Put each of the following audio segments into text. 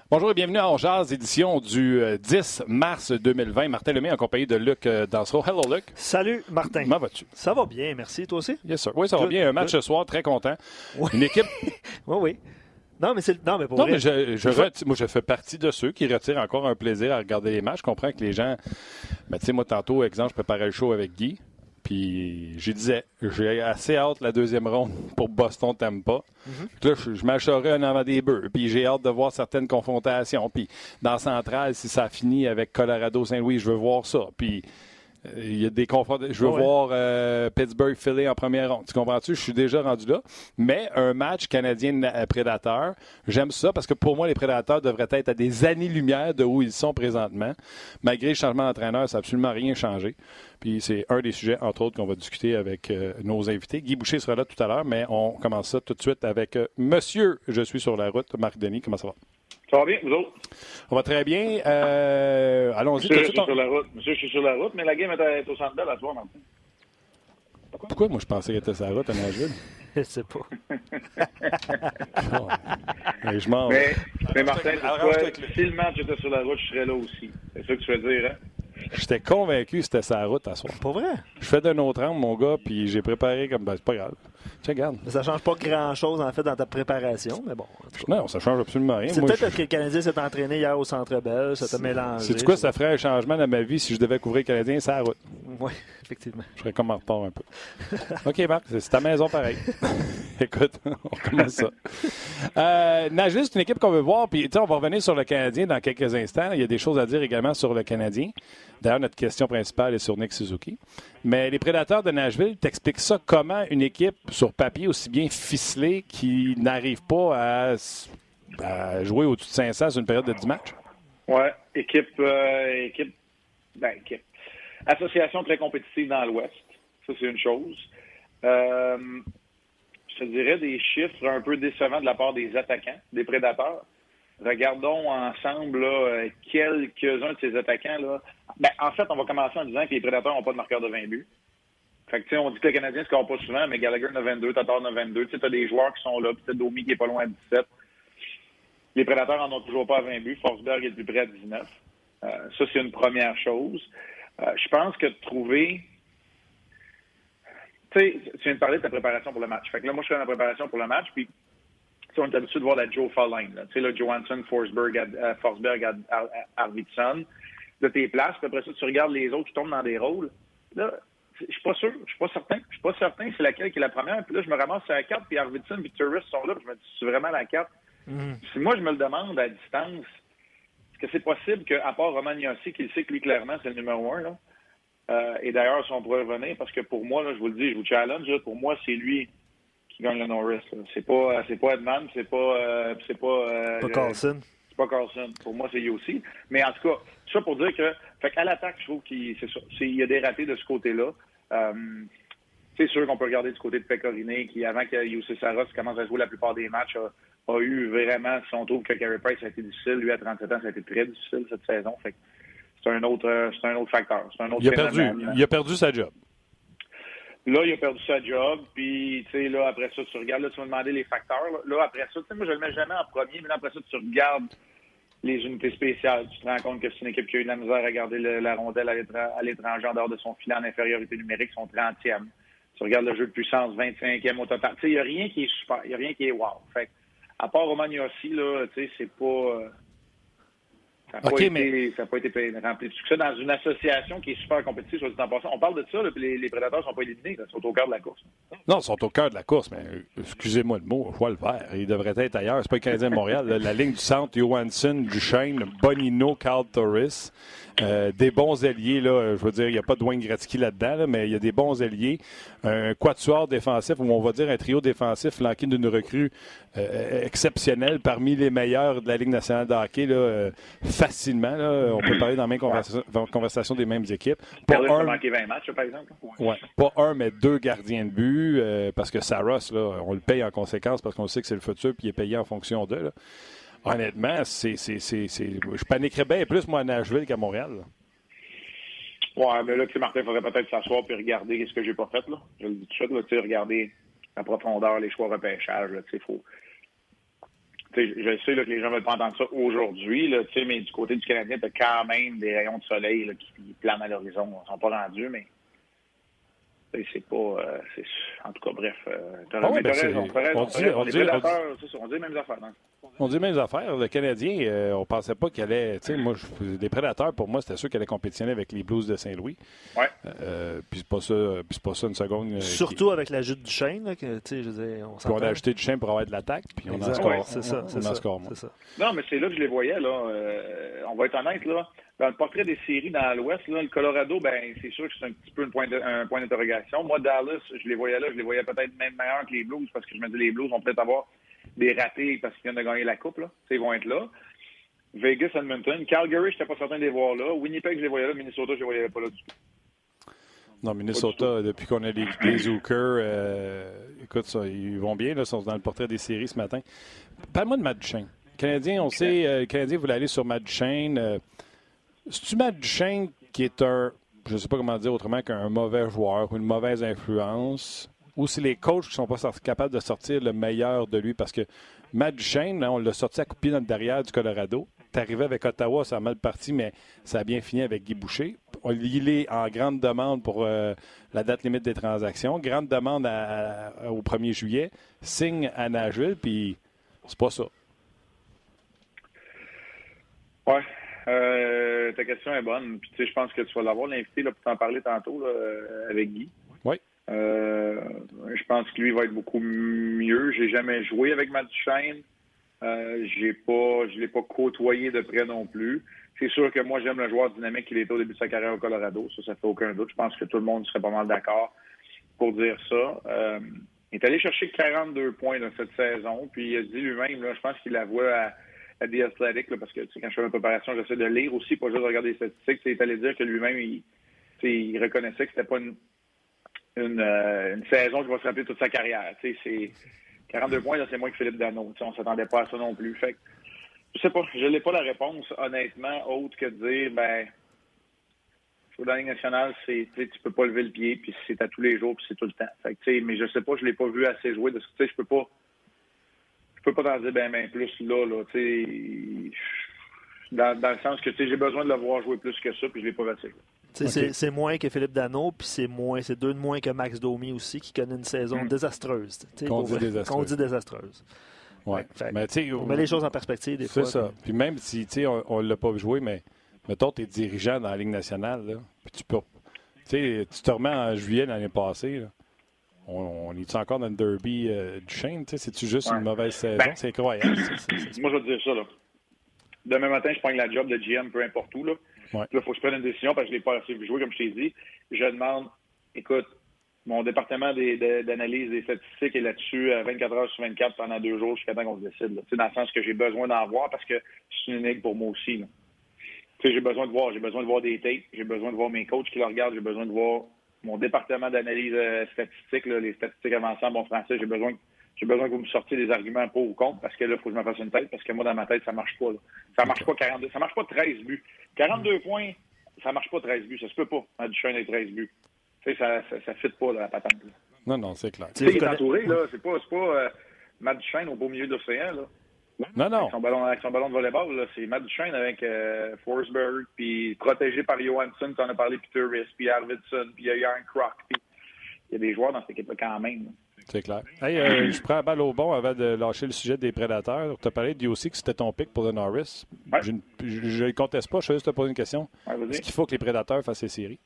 Bonjour et bienvenue à On Jase, édition du 10 mars 2020. Martin Lemay en compagnie de Luc Dansereau. Hello, Luc. Salut, Martin. Comment vas-tu? Ça va bien, merci. Toi aussi? Yes, sir. Oui, ça va bien. Un match ce soir, très content. Oui. Une équipe... Oui. Non, mais pour non, vrai. mais moi, je fais partie de ceux qui retirent encore un plaisir à regarder les matchs. Je comprends que les gens... Ben, tu sais, moi, tantôt, exemple, je préparais le show avec Guy. Puis, j'ai assez hâte la deuxième ronde pour Boston-Tampa. Là, je m'acherais un avant des bœufs. Puis, j'ai hâte de voir certaines confrontations. Puis, dans Central, si ça finit avec Colorado-Saint-Louis, je veux voir ça. Puis, il y a des confrontations. Je veux voir Pittsburgh-Philly en première ronde. Tu comprends-tu? Je suis déjà rendu là. Mais un match canadien-prédateur, j'aime ça parce que pour moi, les prédateurs devraient être à des années-lumière de où ils sont présentement. Malgré le changement d'entraîneur, ça n'a absolument rien changé. Puis c'est un des sujets, entre autres, qu'on va discuter avec nos invités. Guy Boucher sera là tout à l'heure, mais on commence ça tout de suite avec Monsieur Je suis sur la route, Marc Denis. Comment ça va? Ça va bien, vous autres? On va très bien. Allons-y. Monsieur, je suis sur la route. Monsieur, je suis sur la route, mais la game est au Centre Bell à soir, Martin. Pourquoi moi je pensais qu'elle était sur la route à Nashville? Je sais pas. Mais je m'en mais Martin, si le match était sur la route, je serais là aussi. C'est ça que tu veux dire, hein? J'étais convaincu que c'était sur la route à soir. Pas vrai? Je fais d'un autre angle, mon gars, puis j'ai préparé comme... Ben, c'est pas grave. Tiens, regarde. Ça change pas grand-chose, en fait, dans ta préparation, mais bon. Non, ça change absolument rien. C'est peut-être que le Canadien s'est entraîné hier au Centre Bell, ça t'a mélangé. C'est quoi, ça ferait un changement dans ma vie si je devais couvrir le Canadien sur la route? Oui, effectivement. Je serais comme en retard un peu. OK, Marc, c'est ta maison pareil. Écoute, on commence ça. Nashville, c'est une équipe qu'on veut voir, puis on va revenir sur le Canadien dans quelques instants. Il y a des choses à dire également sur le Canadien. D'ailleurs, notre question principale est sur Nick Suzuki. Mais les Prédateurs de Nashville, t'expliques ça comment une équipe sur papier aussi bien ficelée qui n'arrive pas à jouer au-dessus de 500 sur une période de 10 matchs? Ouais, équipe. Association très compétitive dans l'Ouest. Ça, c'est une chose. Je te dirais des chiffres un peu décevants de la part des attaquants, des Prédateurs. Regardons ensemble là, quelques-uns de ces attaquants. Là. Ben, en fait, on va commencer en disant que les Prédateurs n'ont pas de marqueur de 20 buts. Fait que, on dit que le Canadien ne score pas souvent, mais Gallagher en a 22, Tatar en a 22. Tu as des joueurs qui sont là, peut-être Domi qui est pas loin à 17. Les Prédateurs en ont toujours pas à 20 buts. Forsberg est plus près à 19. Ça, c'est une première chose. Je pense que de trouver... Tu sais, tu viens de parler de ta préparation pour le match. Fait que là, moi, je fais ma préparation pour le match, puis on est habitué de voir la Joe Falline. Tu sais, le Johansson, Forsberg, Arvidsson, de tes places. Puis après ça, tu regardes les autres qui tombent dans des rôles. Là, je suis pas sûr. Je suis pas certain c'est laquelle qui est la première. Puis là, je me ramasse sur la carte, puis Arvidsson et Turris sont là. Puis je me dis, c'est vraiment la carte. Si moi, je me le demande à distance, est-ce que c'est possible qu'à part Roman Josi, qui le sait que lui, clairement, c'est le numéro 1, là, et d'ailleurs, si on pourrait revenir, parce que pour moi, là, je vous le dis, je vous challenge, là, pour moi, c'est lui qui gagne le Norris. Là. C'est pas Edman, c'est pas Carlson. C'est pas Carlson. Pour moi, c'est Josi. Mais en tout cas, ça pour dire que, fait qu'à l'attaque, je trouve qu'il y a des ratés de ce côté-là. C'est sûr qu'on peut regarder du côté de Pecorine, qui, avant que Jussi Saros commence à jouer la plupart des matchs, a eu vraiment, si on trouve que Carey Price a été difficile, lui à 37 ans, ça a été très difficile cette saison. Fait que c'est un autre facteur. C'est un autre il a perdu sa job. Là, il a perdu sa job, puis, tu sais, là, après ça, tu regardes, là, tu m'as demandé les facteurs. Là, après ça, tu sais, moi, je le mets jamais en premier, mais là, après ça, tu regardes les unités spéciales. Tu te rends compte que c'est une équipe qui a eu de la misère à garder la rondelle à l'étranger en dehors de son filet en infériorité numérique, son 30e. Tu regardes le jeu de puissance, 25e au total. Tu sais, il n'y a rien qui est super, il n'y a rien qui est wow. Fait à part Roman Josi, là, tu sais, c'est pas... Ça n'a pas été rempli de succès dans une association qui est super compétitive, soit dit en passant. On parle de ça, là, puis les Prédateurs ne sont pas éliminés, là, ils sont au cœur de la course. Non, ils sont au cœur de la course, mais excusez-moi le mot, je vois le vert. Ils devraient être ailleurs. C'est pas le Canadien de Montréal. La ligne du centre, Johansson, Duchesne, Bonino, Carl Torres. Des bons alliés, là, je veux dire, il n'y a pas de Wayne Gretzky là-dedans, là, mais il y a des bons alliés. Un quatuor défensif, ou on va dire un trio défensif flanqué d'une recrue exceptionnelle parmi les meilleurs de la Ligue nationale de hockey, là, facilement. Là, on peut parler dans la même conversation des mêmes équipes. Pas un, manqué 20 matchs, par exemple. Ouais, pas un, mais 2 gardiens de but, parce que Saros, là, on le paye en conséquence parce qu'on sait que c'est le futur puis il est payé en fonction d'eux. Là. Honnêtement, je paniquerais bien plus, moi, à Nashville qu'à Montréal. Là. Ouais, mais là, tu sais, Martin, il faudrait peut-être s'asseoir et regarder ce que j'ai pas fait, là. Je le dis tout de suite, là, tu sais, regarder la profondeur, les choix repêchage, là, tu sais, faut... je sais là, que les gens veulent pas entendre ça aujourd'hui, là, mais du côté du Canadien, tu as quand même des rayons de soleil là, qui planent à l'horizon. Ils sont pas rendus, mais c'est pas... en tout cas, bref. T'as raison. On dit les mêmes affaires. On dit les mêmes affaires. Le Canadien, on pensait pas qu'il allait... Des Prédateurs, pour moi, c'était sûr qu'il allait compétitionner avec les Blues de Saint-Louis. Ouais. Puis c'est pas ça une seconde. Surtout avec l'ajout du Chêne, là, que, je veux dire, on a ajouté du Chêne pour avoir de l'attaque, puis on en score moins. Non, mais c'est là que je les voyais, là. On va être honnête, là. Dans le portrait des séries dans l'Ouest, là, le Colorado, ben c'est sûr que c'est un petit peu un point d'interrogation. Moi, Dallas, je les voyais là, je les voyais peut-être même meilleurs que les Blues, parce que je me dis les Blues vont peut-être avoir des ratés parce qu'ils viennent de gagner la Coupe, là. Ils vont être là. Vegas, Edmonton. Calgary, je n'étais pas certain de les voir là. Winnipeg, je les voyais là. Minnesota, je les voyais pas là du tout. Non, Minnesota, depuis qu'on a les Zucker, écoute, ça, ils vont bien, là, ils sont dans le portrait des séries ce matin. Parle-moi de Matt Duchesne. Le Canadien, on sait, le Canadien voulait aller sur Matt Duchesne. C'est-tu Matt Duchesne qui est je ne sais pas comment dire autrement qu'un mauvais joueur ou une mauvaise influence, ou c'est les coachs qui ne sont pas capables de sortir le meilleur de lui? Parce que Matt Duchesne, on l'a sorti à coup de pied dans le derrière du Colorado. C'est arrivé avec Ottawa, ça a mal parti, mais ça a bien fini avec Guy Boucher. Il est en grande demande pour la date limite des transactions. Grande demande au 1er juillet. Signe à Nashville, puis c'est pas ça. Ouais. Ta question est bonne. Puis, je pense que tu vas l'avoir, l'invité, là, pour t'en parler tantôt là, avec Guy. Oui. Je pense que lui va être beaucoup mieux. J'ai jamais joué avec Matt Duchesne. Je l'ai pas côtoyé de près non plus. C'est sûr que moi, j'aime le joueur dynamique qu'il était au début de sa carrière au Colorado. Ça fait aucun doute. Je pense que tout le monde serait pas mal d'accord pour dire ça. Il est allé chercher 42 points dans cette saison. Puis il a dit lui-même, là, je pense qu'il l'avoue à The Athletic, là, parce que quand je fais ma préparation, j'essaie de lire aussi, pas juste de regarder les statistiques. Il est allé dire que lui-même, il reconnaissait que c'était pas une saison qui va se rappeler toute sa carrière. C'est 42 points, là, c'est moins que Philippe Danault. On s'attendait pas à ça non plus. Fait que, je sais pas, je n'ai pas la réponse, honnêtement, autre que de dire, jouer dans la Ligue nationale, tu peux pas lever le pied, puis c'est à tous les jours, puis c'est tout le temps. Fait que, mais je sais pas, je l'ai pas vu assez jouer. Je peux pas t'en dire plus là, dans le sens que j'ai besoin de le voir jouer plus que ça, puis je l'ai pas vu assez. Okay. C'est moins que Philippe Danault, puis c'est 2 de moins que Max Domi aussi, qui connaît une saison désastreuse. Qu'on dit désastreuse. Oui. Mais on met les choses en perspective des fois. C'est ça. Puis même si on ne l'a pas joué, mais mettons, tu es dirigeant dans la Ligue nationale, là, puis tu te remets en juillet l'année passée. Là. On est encore dans le derby du Chêne? C'est-tu juste une mauvaise saison? C'est incroyable. Moi, je vais te dire ça. Là. Demain matin, je prends la job de GM peu importe où. Là. Ouais. Là, il faut que je prenne une décision parce que je ne l'ai pas assez vu jouer, comme je t'ai dit. Je demande, écoute, mon département d'analyse des statistiques est là-dessus 24 heures sur 24 pendant 2 jours jusqu'à temps qu'on se décide. Là. Dans le sens que j'ai besoin d'en voir parce que c'est une énigme pour moi aussi. Là. J'ai besoin de voir des tapes, j'ai besoin de voir mes coachs qui le regardent, j'ai besoin de voir mon département d'analyse statistique, là, les statistiques avancées en bon français. J'ai besoin que vous me sortiez des arguments pour ou contre parce que là, il faut que je me fasse une tête parce que moi, dans ma tête, ça marche pas. Là. Ça marche pas 42, ça marche pas 13 buts. 42 points, ça marche pas 13 buts. Ça se peut pas, Matt Duchesne ait 13 buts. Ça fit pas dans la patente. Là. Non, c'est clair. Il est entouré, là. C'est pas Matt Duchesne au beau milieu de l'océan, là. Non. Avec son ballon de volleyball, là, c'est Matt Duchesne avec Forsberg, puis protégé par Johansson, tu en as parlé, puis Turris, puis Arvidsson, puis Yarn Croc. Il y a des joueurs dans cette équipe-là quand même. Là. C'est clair. Hey, je prends la balle au bon avant de lâcher le sujet des Prédateurs. Tu as parlé de aussi que c'était ton pick pour le Norris. Ouais. Je ne le conteste pas, je vais juste te poser une question. Ouais, est-ce qu'il faut que les Prédateurs fassent ces séries?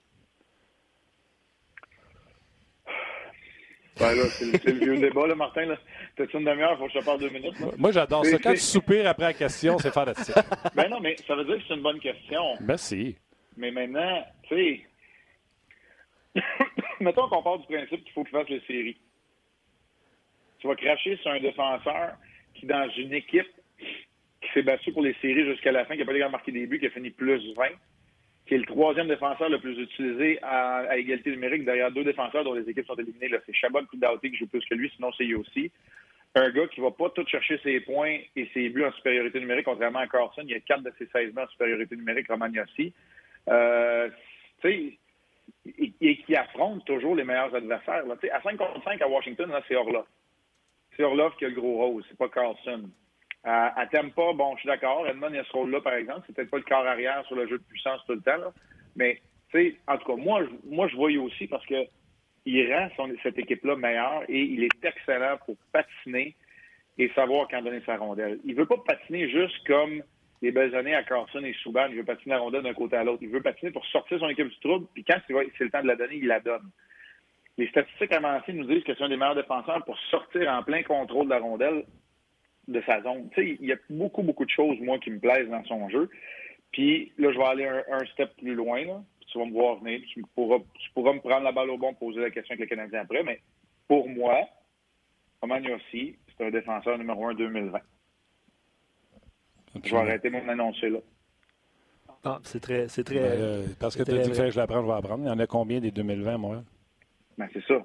Ouais, là, c'est le vieux débat, là, Martin. Là. T'as-tu une demi-heure? Faut que je te parle 2 minutes. Là. Moi, j'adore ça. Quand tu soupires après la question, c'est fantastique. Non, mais ça veut dire que c'est une bonne question. Merci. Mais maintenant, tu sais, mettons qu'on part du principe qu'il faut qu'il fasse les séries. Tu vas cracher sur un défenseur qui, dans une équipe qui s'est battu pour les séries jusqu'à la fin, qui n'a pas les marqué des buts, qui a fini plus 20, qui est le 3e défenseur le plus utilisé à égalité numérique derrière 2 défenseurs dont les équipes sont éliminées. Là, c'est Chabot et Doughty qui joue plus que lui, sinon c'est aussi. Un gars qui va pas tout chercher ses points et ses buts en supériorité numérique, contrairement à Carlson. Il y a 4 de ses 16 buts en supériorité numérique, Romagnossi. Tu sais, et qui affronte toujours les meilleurs adversaires. Là. À 5 contre 5 à Washington, là, c'est Orlov. C'est Orlov qui a le gros rôle, c'est pas Carlson. À Tampa, bon, je suis d'accord. Edmond, il y a ce rôle-là, par exemple. C'est peut-être pas le corps arrière sur le jeu de puissance tout le temps, là. Mais, tu sais, en tout cas, moi, je vois aussi parce que il rend cette équipe-là meilleure et il est excellent pour patiner et savoir quand donner sa rondelle. Il veut pas patiner juste comme les belles années à Carlson et Subban. Il veut patiner la rondelle d'un côté à l'autre. Il veut patiner pour sortir son équipe du trouble, puis quand c'est le temps de la donner, il la donne. Les statistiques avancées nous disent que c'est un des meilleurs défenseurs pour sortir en plein contrôle de la rondelle de sa zone. Tu sais, il y a beaucoup, beaucoup de choses, moi, qui me plaisent dans son jeu. Puis là, je vais aller un step plus loin, là. Tu vas me voir venir. Tu pourras me prendre la balle au bon, poser la question avec le Canadien après. Mais pour moi, Roman Josi, c'est un défenseur numéro 1 2020. Je vais arrêter mon annoncé là. Ah, c'est très. Parce que tu as dit que je l'apprends, je vais apprendre. Il y en a combien des 2020 à Montréal? Ben, c'est ça.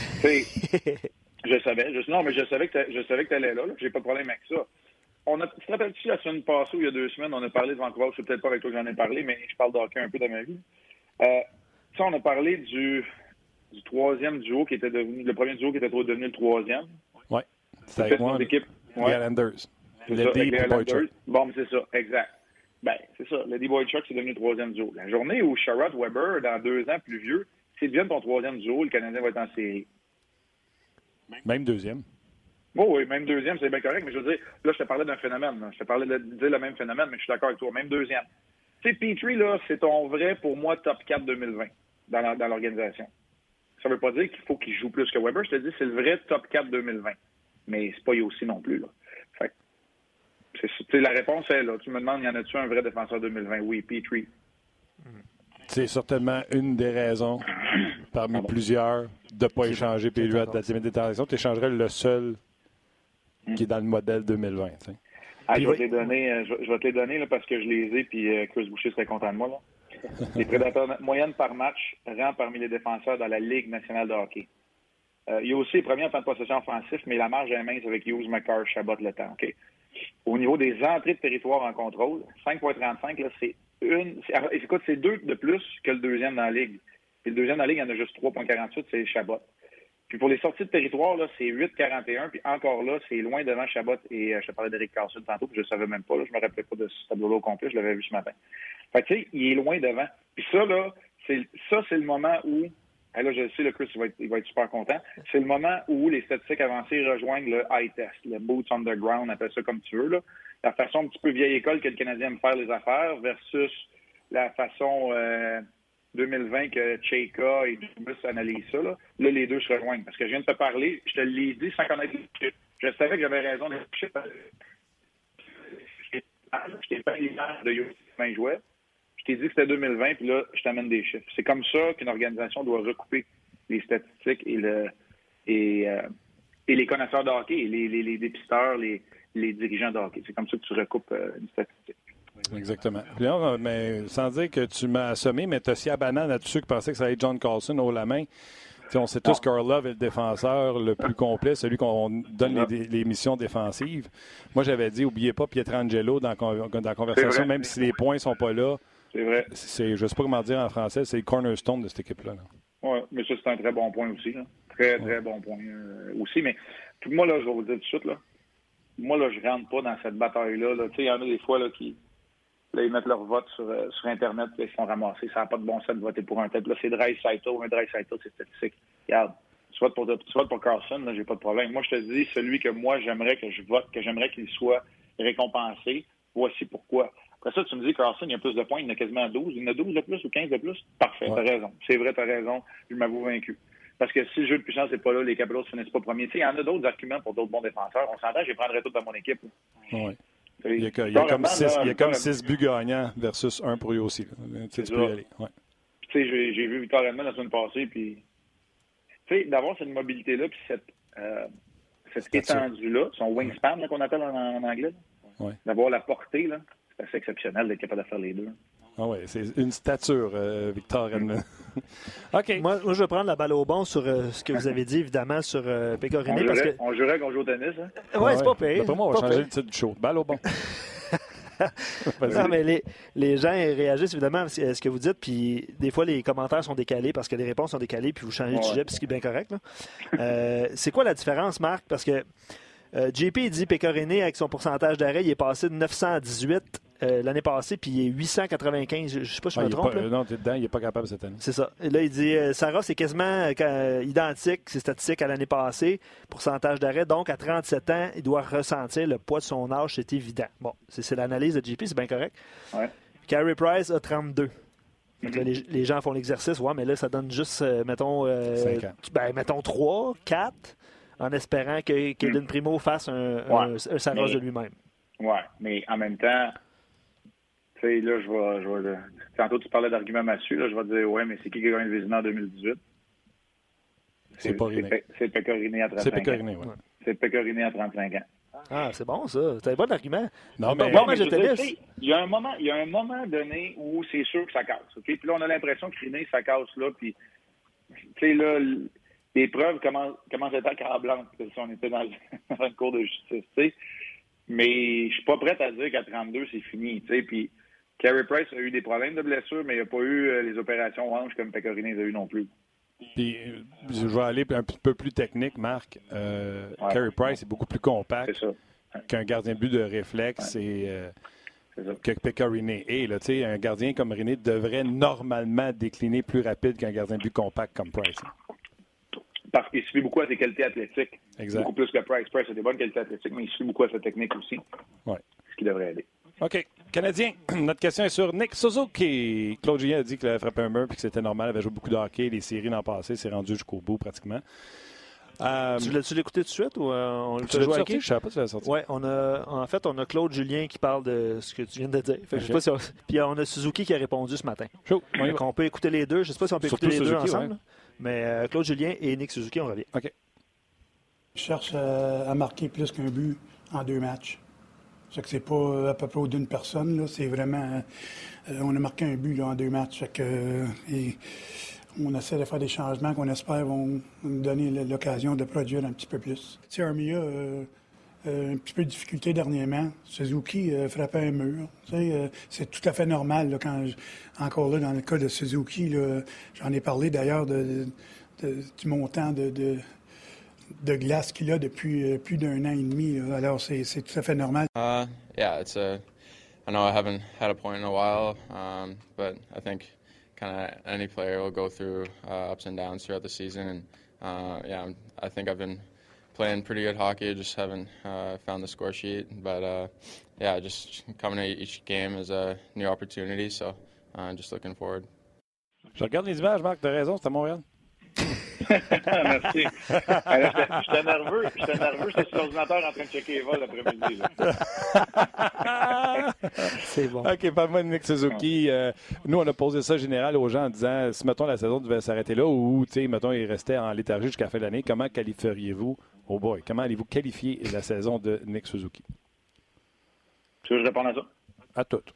Je savais que tu allais là. J'ai pas de problème avec ça. Tu te rappelles-tu la semaine passée ou il y a 2 semaines, on a parlé de Vancouver, c'est peut-être pas avec toi que j'en ai parlé, mais je parle de hockey un peu dans ma vie. On a parlé du troisième duo qui était devenu, le premier duo qui était devenu le troisième. Oui. C'est avec moi, l'équipe. Les Islanders. Les Islanders. Bon, mais c'est ça, exact. Ben, c'est ça. Le D-Boy-Chuck, c'est devenu le troisième duo. La journée où Sherrod Weber, dans 2 ans plus vieux, s'il devient ton troisième duo, le Canadien va être en série. Même deuxième. Oui, même deuxième, c'est bien correct, mais je veux dire, là, je te parlais d'un phénomène. Là. Je te parlais de dire le même phénomène, mais je suis d'accord avec toi. Même deuxième. Tu sais, Petrie, là, c'est ton vrai, pour moi, top 4 2020 dans l'organisation. Ça veut pas dire qu'il faut qu'il joue plus que Weber. Je te dis, c'est le vrai top 4 2020. Mais c'est pas aussi non plus, là. Fait que, la réponse est là. Tu me demandes, y en a-tu un vrai défenseur 2020? Oui, Petrie. C'est certainement une des raisons, parmi plusieurs, de ne pas échanger Petrie à la limite des transaction. Tu échangerais le seul qui est dans le modèle 2020. Ah, je vais te les donner là, parce que je les ai, puis Chris Boucher serait content de moi. Là. Les prédateurs moyenne par match rang parmi les défenseurs dans la Ligue nationale de hockey. Il y a aussi les premiers en temps de possession offensif, mais la marge est mince avec Hughes, McCarr, Chabot, le temps. Okay? Au niveau des entrées de territoire en contrôle, 5,35, là, c'est 2 de plus que le deuxième dans la Ligue. Puis le deuxième dans la Ligue, il y en a juste 3,48, c'est Chabot. Puis pour les sorties de territoire, là, c'est 8,41. Puis encore là, c'est loin devant Chabot et je te parlais d'Éric Carlson tantôt, puis je ne savais même pas. Là, je me rappelais pas de ce tableau-là au complet. Je l'avais vu ce matin. Fait que tu sais, il est loin devant. Puis ça, là, c'est le moment où... Là, je sais, le Chris, il va être super content. C'est le moment où les statistiques avancées rejoignent le high test, le boots underground, appelle ça comme tu veux. Là. La façon un petit peu vieille école que le Canadien aime faire les affaires versus la façon... 2020 que Cheka et Dubus analysent ça, là, les deux se rejoignent. Parce que je viens de te parler, je te l'ai dit sans connaître les chiffres. Je savais que j'avais raison de les chiffres. Je t'ai pas l'image de Yoshi quand il jouait. Je t'ai dit que c'était 2020, puis là, je t'amène des chiffres. C'est comme ça qu'une organisation doit recouper les statistiques et les connaisseurs de hockey, les dépisteurs, les dirigeants de hockey. C'est comme ça que tu recoupes une statistique. Exactement. Puis là, mais sans dire que tu m'as assommé, mais tu as scié à banane à tous ceux qui pensaient que ça allait être John Carlson haut la main. T'sais, on sait tous qu'Orlov est le défenseur le plus complet, celui qu'on donne les missions défensives. Moi, j'avais dit, n'oubliez pas Pietrangelo dans la conversation, même si les points ne sont pas là. C'est vrai. Je ne sais pas comment dire en français, c'est le cornerstone de cette équipe-là. Oui, mais ça, c'est un très bon point aussi. Là. Très, très bon point aussi. Mais moi, là, je vais vous dire tout de suite, là, moi, là, je rentre pas dans cette bataille-là. Là. Il y en a des fois là, qui... Là, ils mettent leur vote sur Internet, puis ils se font ramasser. Ça n'a pas de bon sens de voter pour un tel. Là, c'est Draisaitl. Un Draisaitl, c'est statistique. Regarde, tu votes pour Carlson, là, j'ai pas de problème. Moi, je te dis, celui que moi, j'aimerais que je vote, que j'aimerais qu'il soit récompensé, voici pourquoi. Après ça, tu me dis, Carlson, il y a plus de points, il y en a quasiment 12. Il y en a 12 de plus ou 15 de plus? Parfait, t'as raison. C'est vrai, t'as raison. Je m'avoue vaincu. Parce que si le jeu de puissance n'est pas là, les Capitals ne finissent pas premiers. Tu sais, il y en a d'autres arguments pour d'autres bons défenseurs. On s'entend, je les prendrais tous dans mon équipe. Oui. Il y a comme 6 buts gagnants versus 1 pour lui aussi. Tu peux y aller. Ouais. Tu sais, j'ai vu Victor Edmond la semaine passée, puis tu sais, d'avoir cette mobilité-là, puis cette étendue-là, son wingspan là, qu'on appelle en anglais, ouais. D'avoir la portée, là, c'est assez exceptionnel d'être capable de faire les deux. Ah oui, c'est une stature, Victor Edmond. OK. Moi, je vais prendre la balle au bon sur ce que vous avez dit, évidemment, sur Pécoriné. On jurait qu'on joue au tennis. Hein? Oui, c'est pas pire. Après moi, on va changer le titre du show. Balle au bon. Non, mais les gens réagissent évidemment à ce que vous dites, puis des fois, les commentaires sont décalés parce que les réponses sont décalées, puis vous changez de sujet, puis ce qui est bien correct. Là. C'est quoi la différence, Marc? Parce que JP, il dit Pécoriné, avec son pourcentage d'arrêt, il est passé de 918 l'année passée, puis il est 895. Je ne sais pas si je me trompe. Non, tu es dedans, il n'est pas capable cette année. C'est ça. Et là, il dit Sarah, c'est quasiment identique, ses statistiques à l'année passée, pourcentage d'arrêt. Donc, à 37 ans, il doit ressentir le poids de son âge, c'est évident. Bon, c'est l'analyse de JP, c'est bien correct. Ouais. Carey Price a 32. Donc là, les gens font l'exercice, ouais, mais là, ça donne juste, mettons, 5 ans. mettons 3, 4, en espérant que Caden Primo fasse un Saros de lui-même. Ouais, mais en même temps, tu sais, là, tantôt, tu parlais d'argument massu, là, je vais te dire, ouais, mais c'est qui a gagné le Vézina en 2018? C'est pas Riné. C'est Pécoriné à 35 ans. C'est Pécoriné, oui. C'est Pécoriné à 35 ans. Ah, c'est bon, ça. C'est un bon argument. Non, mais il y a un moment donné où c'est sûr que ça casse. Okay? Puis là, on a l'impression que Riné, ça casse là. Puis, tu sais, là, les preuves commencent à être accablantes si on était dans une cour de justice. T'sais. Mais je suis pas prêt à dire qu'à 32, c'est fini. T'sais. Puis, Carey Price a eu des problèmes de blessure, mais il n'a pas eu les opérations hanches comme Pécoriné a eu non plus. Puis, je vais aller un petit peu plus technique, Marc. Carey Price est beaucoup plus compact qu'un gardien de but de réflexe que Pécoriné. Et là, tu sais, un gardien comme Riné devrait normalement décliner plus rapide qu'un gardien de but compact comme Price. Parce qu'il suffit beaucoup à ses qualités athlétiques. Exact. Beaucoup plus que Price. Price a des bonnes qualités athlétiques, mais il suffit beaucoup à sa technique aussi. Ouais. Ce qui devrait aider. OK. Canadien, notre question est sur Nick Suzuki. Claude Julien a dit qu'il avait frappé un mur et que c'était normal. Il avait joué beaucoup de hockey. Les séries l'an passé, c'est rendu jusqu'au bout pratiquement. Tu l'as-tu l'écouté tout de suite ou on l'a joué sorti? Je ne savais pas si tu l'as sorti. Oui, on a Claude Julien qui parle de ce que tu viens de dire. Fait que je sais pas si puis on a Suzuki qui a répondu ce matin. Chaud. Donc on peut écouter les deux. Je ne sais pas si on peut Surtout écouter les Suzuki, deux ensemble. Ouais. Mais Claude Julien et Nick Suzuki, on revient. OK. Je cherche à marquer plus qu'un but en 2 matchs. C'est que c'est pas à peu près d'une personne. Là. C'est vraiment... on a marqué un but là, en 2 matchs. Fait que, on essaie de faire des changements qu'on espère vont nous donner l'occasion de produire un petit peu plus. Tu sais, Armia un petit peu de difficulté dernièrement. Suzuki frappait un mur. Tu sais, c'est tout à fait normal. Là, encore là, dans le cas de Suzuki, là, j'en ai parlé d'ailleurs du montant de glace qu'il a depuis plus d'1 an et demi. Là. Alors, c'est tout à fait normal. Yeah, I know I haven't had a point in a while, but I think kind of any player will go through ups and downs throughout the season. And I think I've been playing pretty good hockey, just haven't found the score sheet. But just coming to each game is a new opportunity, so just looking forward. Je regarde les images, Marc, t'as raison, c'était Montréal. Merci. J'étais nerveux. J'étais sur l'ordinateur en train de checker les vols l'après-midi. C'est bon. OK, parle-moi de Nick Suzuki. Nous, on a posé ça général aux gens en disant, si, mettons, la saison devait s'arrêter là ou, tu sais, mettons, il restait en léthargie jusqu'à la fin de l'année, comment qualifieriez-vous, comment allez-vous qualifier la saison de Nick Suzuki? Tu veux que je réponde à ça? À toutes.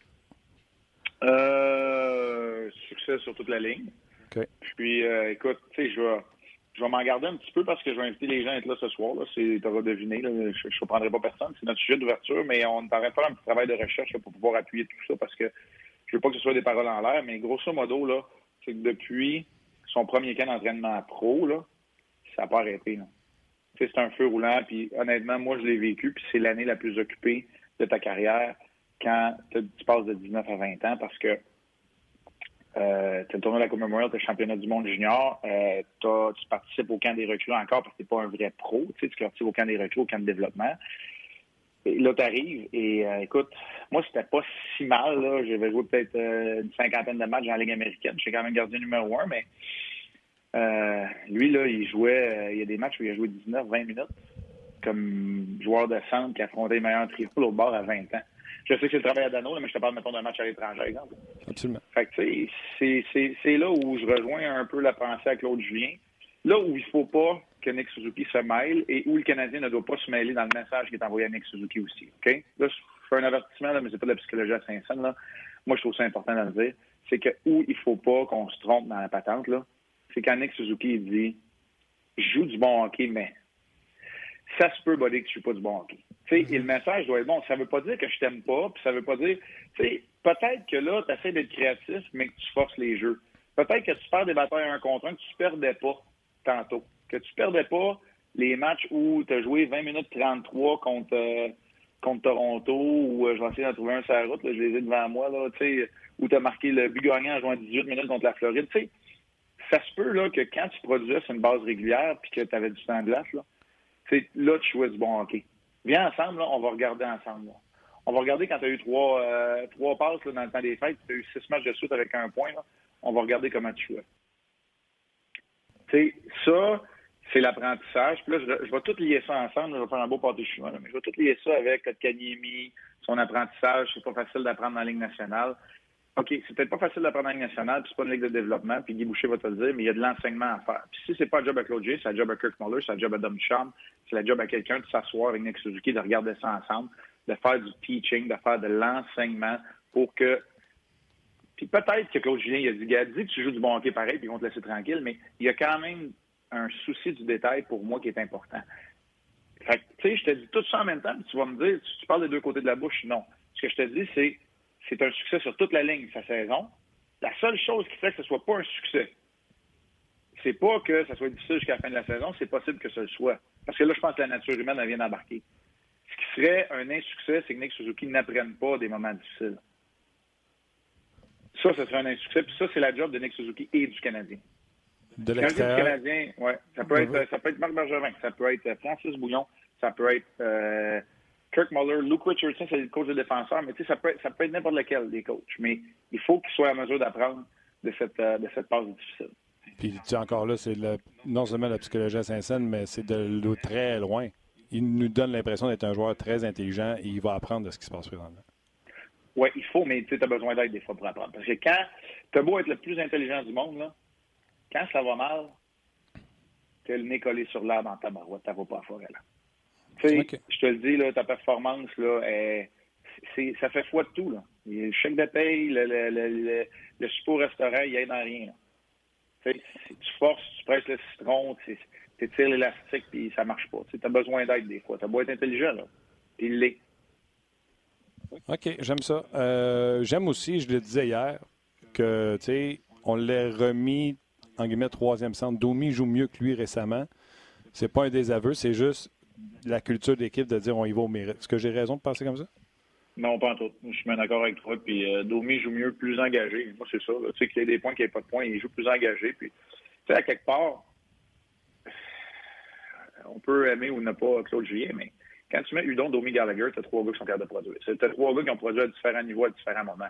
Succès sur toute la ligne. Okay. Puis, écoute, tu sais, je vais m'en garder un petit peu parce que je vais inviter les gens à être là ce soir. Tu auras deviné, là, je ne surprendrai pas personne. C'est notre sujet d'ouverture, mais on est en train de faire un petit travail de recherche là, pour pouvoir appuyer tout ça parce que je veux pas que ce soit des paroles en l'air, mais grosso modo, là, c'est que depuis son premier camp d'entraînement pro, là, ça n'a pas arrêté. Là. Tu sais, c'est un feu roulant, puis honnêtement, moi, je l'ai vécu, puis c'est l'année la plus occupée de ta carrière quand tu passes de 19 à 20 ans parce que tu as le tournoi de la Coupe Memorial, tu as le championnat du monde junior, tu participes au camp des recrues encore parce que tu n'es pas un vrai pro, tu participes au camp des recrues, au camp de développement. Et là, tu arrives et écoute, moi, c'était pas si mal. Là. J'avais joué peut-être une 50aine de matchs dans la Ligue américaine. Je suis quand même gardien numéro 1, mais lui, là, il jouait, il y a des matchs où il a joué 19-20 minutes comme joueur de centre qui affrontait les meilleurs trios au bord à 20 ans. Je sais que c'est le travail à Dano, là, mais je te parle, mettons, d'un match à l'étranger, exemple. Absolument. Fait que, tu sais, c'est là où je rejoins un peu la pensée à Claude Julien. Là où il ne faut pas que Nick Suzuki se mêle et où le Canadien ne doit pas se mêler dans le message qui est envoyé à Nick Suzuki aussi. OK? Là, je fais un avertissement, là, mais c'est pas de la psychologie à Saint-Saëns, là. Moi, je trouve ça important de le dire. C'est que où il ne faut pas qu'on se trompe dans la patente, là, c'est quand Nick Suzuki il dit « Je joue du bon hockey, mais ça se peut, buddy, que tu ne joues pas du bon hockey. » Et le message doit être bon. Ça ne veut pas dire que je t'aime pas, puis ça ne veut pas dire... Peut-être que là, tu essaies d'être créatif, mais que tu forces les jeux. Peut-être que tu perds des batailles 1 contre 1 que tu ne perdais pas tantôt. Que tu ne perdais pas les matchs où tu as joué 20 minutes 33 contre Toronto, ou je vais essayer d'en trouver un sur la route, là, je les ai devant moi, là, où tu as marqué le but gagnant en jouant 18 minutes contre la Floride. T'sais, ça se peut là, que quand tu produisais sur une base régulière puis que tu avais du temps de glace, là, tu jouais du bon hockey. Viens ensemble, là, on va regarder ensemble. Là. On va regarder quand tu as eu trois passes là, dans le temps des fêtes, tu as eu 6 matchs de suite avec un point. Là. On va regarder comment tu jouais. Ça, c'est l'apprentissage. Puis là, je vais tout lier ça ensemble. Je vais faire un beau pâté chinois. Mais je vais tout lier ça avec Kotkaniemi, son apprentissage. C'est pas facile d'apprendre dans la Ligue nationale. OK, c'est peut-être pas facile d'apprendre en Ligue nationale, puis c'est pas une ligue de développement, puis Guy Boucher va te le dire, mais il y a de l'enseignement à faire. Puis si c'est pas un job à Claude Giroux, c'est un job à Kirk Muller, c'est un job à Dom Ducharme, c'est un job à quelqu'un de s'asseoir avec Nick Suzuki, de regarder ça ensemble, de faire du teaching, de faire de l'enseignement pour que... Puis peut-être que Claude Julien, il a dit, gars, dis que tu joues du bon hockey pareil, puis ils vont te laisser tranquille, mais il y a quand même un souci du détail pour moi qui est important. Fait que, tu sais, je te dis tout ça en même temps, puis tu vas me dire, tu parles des deux côtés de la bouche, non. Ce que je te dis, c'est un succès sur toute la ligne sa saison. La seule chose qui fait que ce ne soit pas un succès, c'est pas que ça soit difficile jusqu'à la fin de la saison, c'est possible que ce le soit. Parce que là, je pense que la nature humaine, elle vient d'embarquer. Ce qui serait un insuccès, c'est que Nick Suzuki n'apprenne pas des moments difficiles. Ça, ce serait un insuccès, puis ça, c'est la job de Nick Suzuki et du Canadien. De Quand je dis du l'extérieur. Canadien, ouais, ça peut être Marc Bergevin, ça peut être Francis Bouillon, ça peut être Kirk Muller, Luke Richardson, c'est le coach de défenseur, mais tu sais, ça peut être n'importe lequel des coachs. Mais il faut qu'ils soient en mesure d'apprendre de cette passe difficile. Puis tu sais, encore là, c'est non seulement la psychologie à Saint-Saëns, mais c'est de très loin. Il nous donne l'impression d'être un joueur très intelligent et il va apprendre de ce qui se passe présentement. Oui, il faut, mais tu as besoin d'aide des fois pour apprendre. Parce que quand tu as beau être le plus intelligent du monde, là, quand ça va mal, tu as le nez collé sur l'arbre en tabarouette, tu vas pas à forêt là. Tu sais, okay. Je te le dis, là, ta performance, là, ça fait foi de tout. Là. Le chèque de paye, le support au restaurant, il aide en rien. Tu forces, tu presses le citron, tu tires l'élastique, puis ça marche pas. Tu as besoin d'aide des fois. Tu as beau être intelligent, là. Puis il l'est. OK, j'aime ça. J'aime aussi, je le disais hier, que, tu sais, on l'a remis, en guillemets, troisième centre. Domi joue mieux que lui récemment. C'est pas un désaveu, c'est juste la culture d'équipe de dire on y va au mérite. Est-ce que j'ai raison de penser comme ça? Non, pas en tout. Je suis bien d'accord avec toi. Puis Domi joue mieux, plus engagé. Moi, c'est ça. Tu sais qu'il y a des points, qu'il n'y a pas de points, il joue plus engagé. Puis, tu sais, à quelque part, on peut aimer ou ne pas Claude Julien, mais quand tu mets Hudon, Domi, Gallagher, tu as 3 gars qui sont capables de produire. Tu as 3 gars qui ont produit à différents niveaux, à différents moments.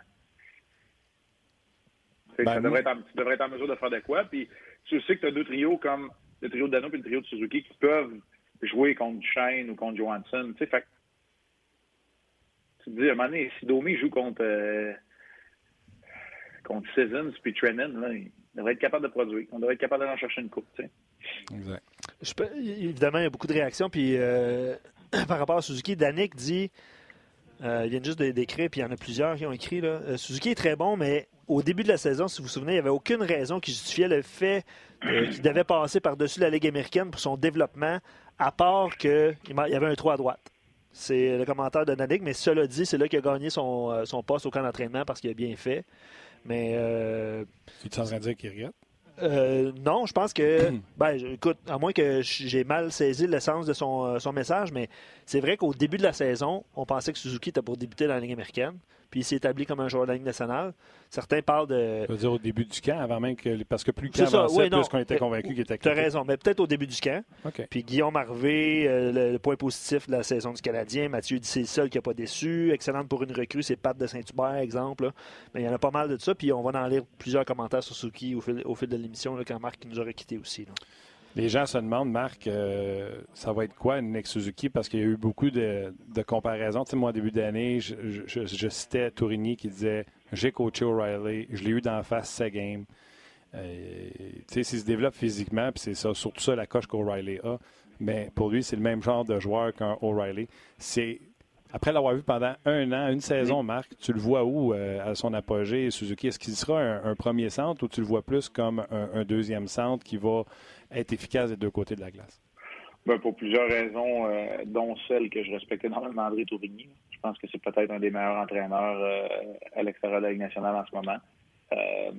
Tu devrais être en mesure de faire de quoi. Puis, tu sais que tu as 2 trios comme le trio de Dano et le trio de Suzuki qui peuvent jouer contre Duchesne ou contre Johansson. Tu sais, fait tu te dis, à un moment donné, si Domi joue contre Sissons puis Trennan, là, il devrait être capable de produire. On devrait être capable d'aller en chercher une coupe. Tu sais. Exact. Évidemment, il y a beaucoup de réactions. Puis, par rapport à Suzuki, Danick dit, il vient juste d'écrire, puis il y en a plusieurs qui ont écrit, là, Suzuki est très bon, mais au début de la saison, si vous vous souvenez, il n'y avait aucune raison qui justifiait le fait qu'il devait passer par-dessus la Ligue américaine pour son développement, à part qu'il y avait un 3 à droite. C'est le commentaire de Danick, mais cela dit, c'est là qu'il a gagné son poste au camp d'entraînement parce qu'il a bien fait. Mais. Tu es en train de dire qu'il regrette? Non, je pense que. Écoute, à moins que j'ai mal saisi le sens de son message, mais c'est vrai qu'au début de la saison, on pensait que Suzuki était pour débuter dans la Ligue américaine, puis il s'est établi comme un joueur de la Ligue nationale. Certains parlent de. Je veux dire au début du camp, avant même que. Parce que plus le camp avançait, plus qu'on était convaincu qu'il était. Tu as raison, mais peut-être au début du camp. Okay. Puis Guillaume Harvey, le point positif de la saison du Canadien. Mathieu dit c'est le seul qui n'a pas déçu. Excellente pour une recrue, c'est Pat de Saint-Hubert, exemple. Là. Mais il y en a pas mal de ça. Puis on va en lire plusieurs commentaires sur Suzuki au fil de l'émission, là, quand Marc nous aurait quittés aussi. Là. Les gens se demandent, Marc, ça va être quoi Nick Suzuki? Parce qu'il y a eu beaucoup de comparaisons. Tu sais, moi, au début d'année, je citais Tourigny qui disait « J'ai coaché O'Reilly, je l'ai eu d'en face 7 games. » Tu sais, s'il se développe physiquement, puis c'est ça, surtout ça la coche qu'O'Reilly a, mais pour lui, c'est le même genre de joueur qu'un O'Reilly. Après l'avoir vu pendant 1 an, une saison, Marc, tu le vois où à son apogée, Suzuki? Est-ce qu'il sera un premier centre ou tu le vois plus comme un deuxième centre qui va être efficace des deux côtés de la glace? Pour plusieurs raisons, dont celle que je respectais énormément André Tourigny. Je pense que c'est peut-être un des meilleurs entraîneurs à l'extérieur de la Ligue nationale en ce moment.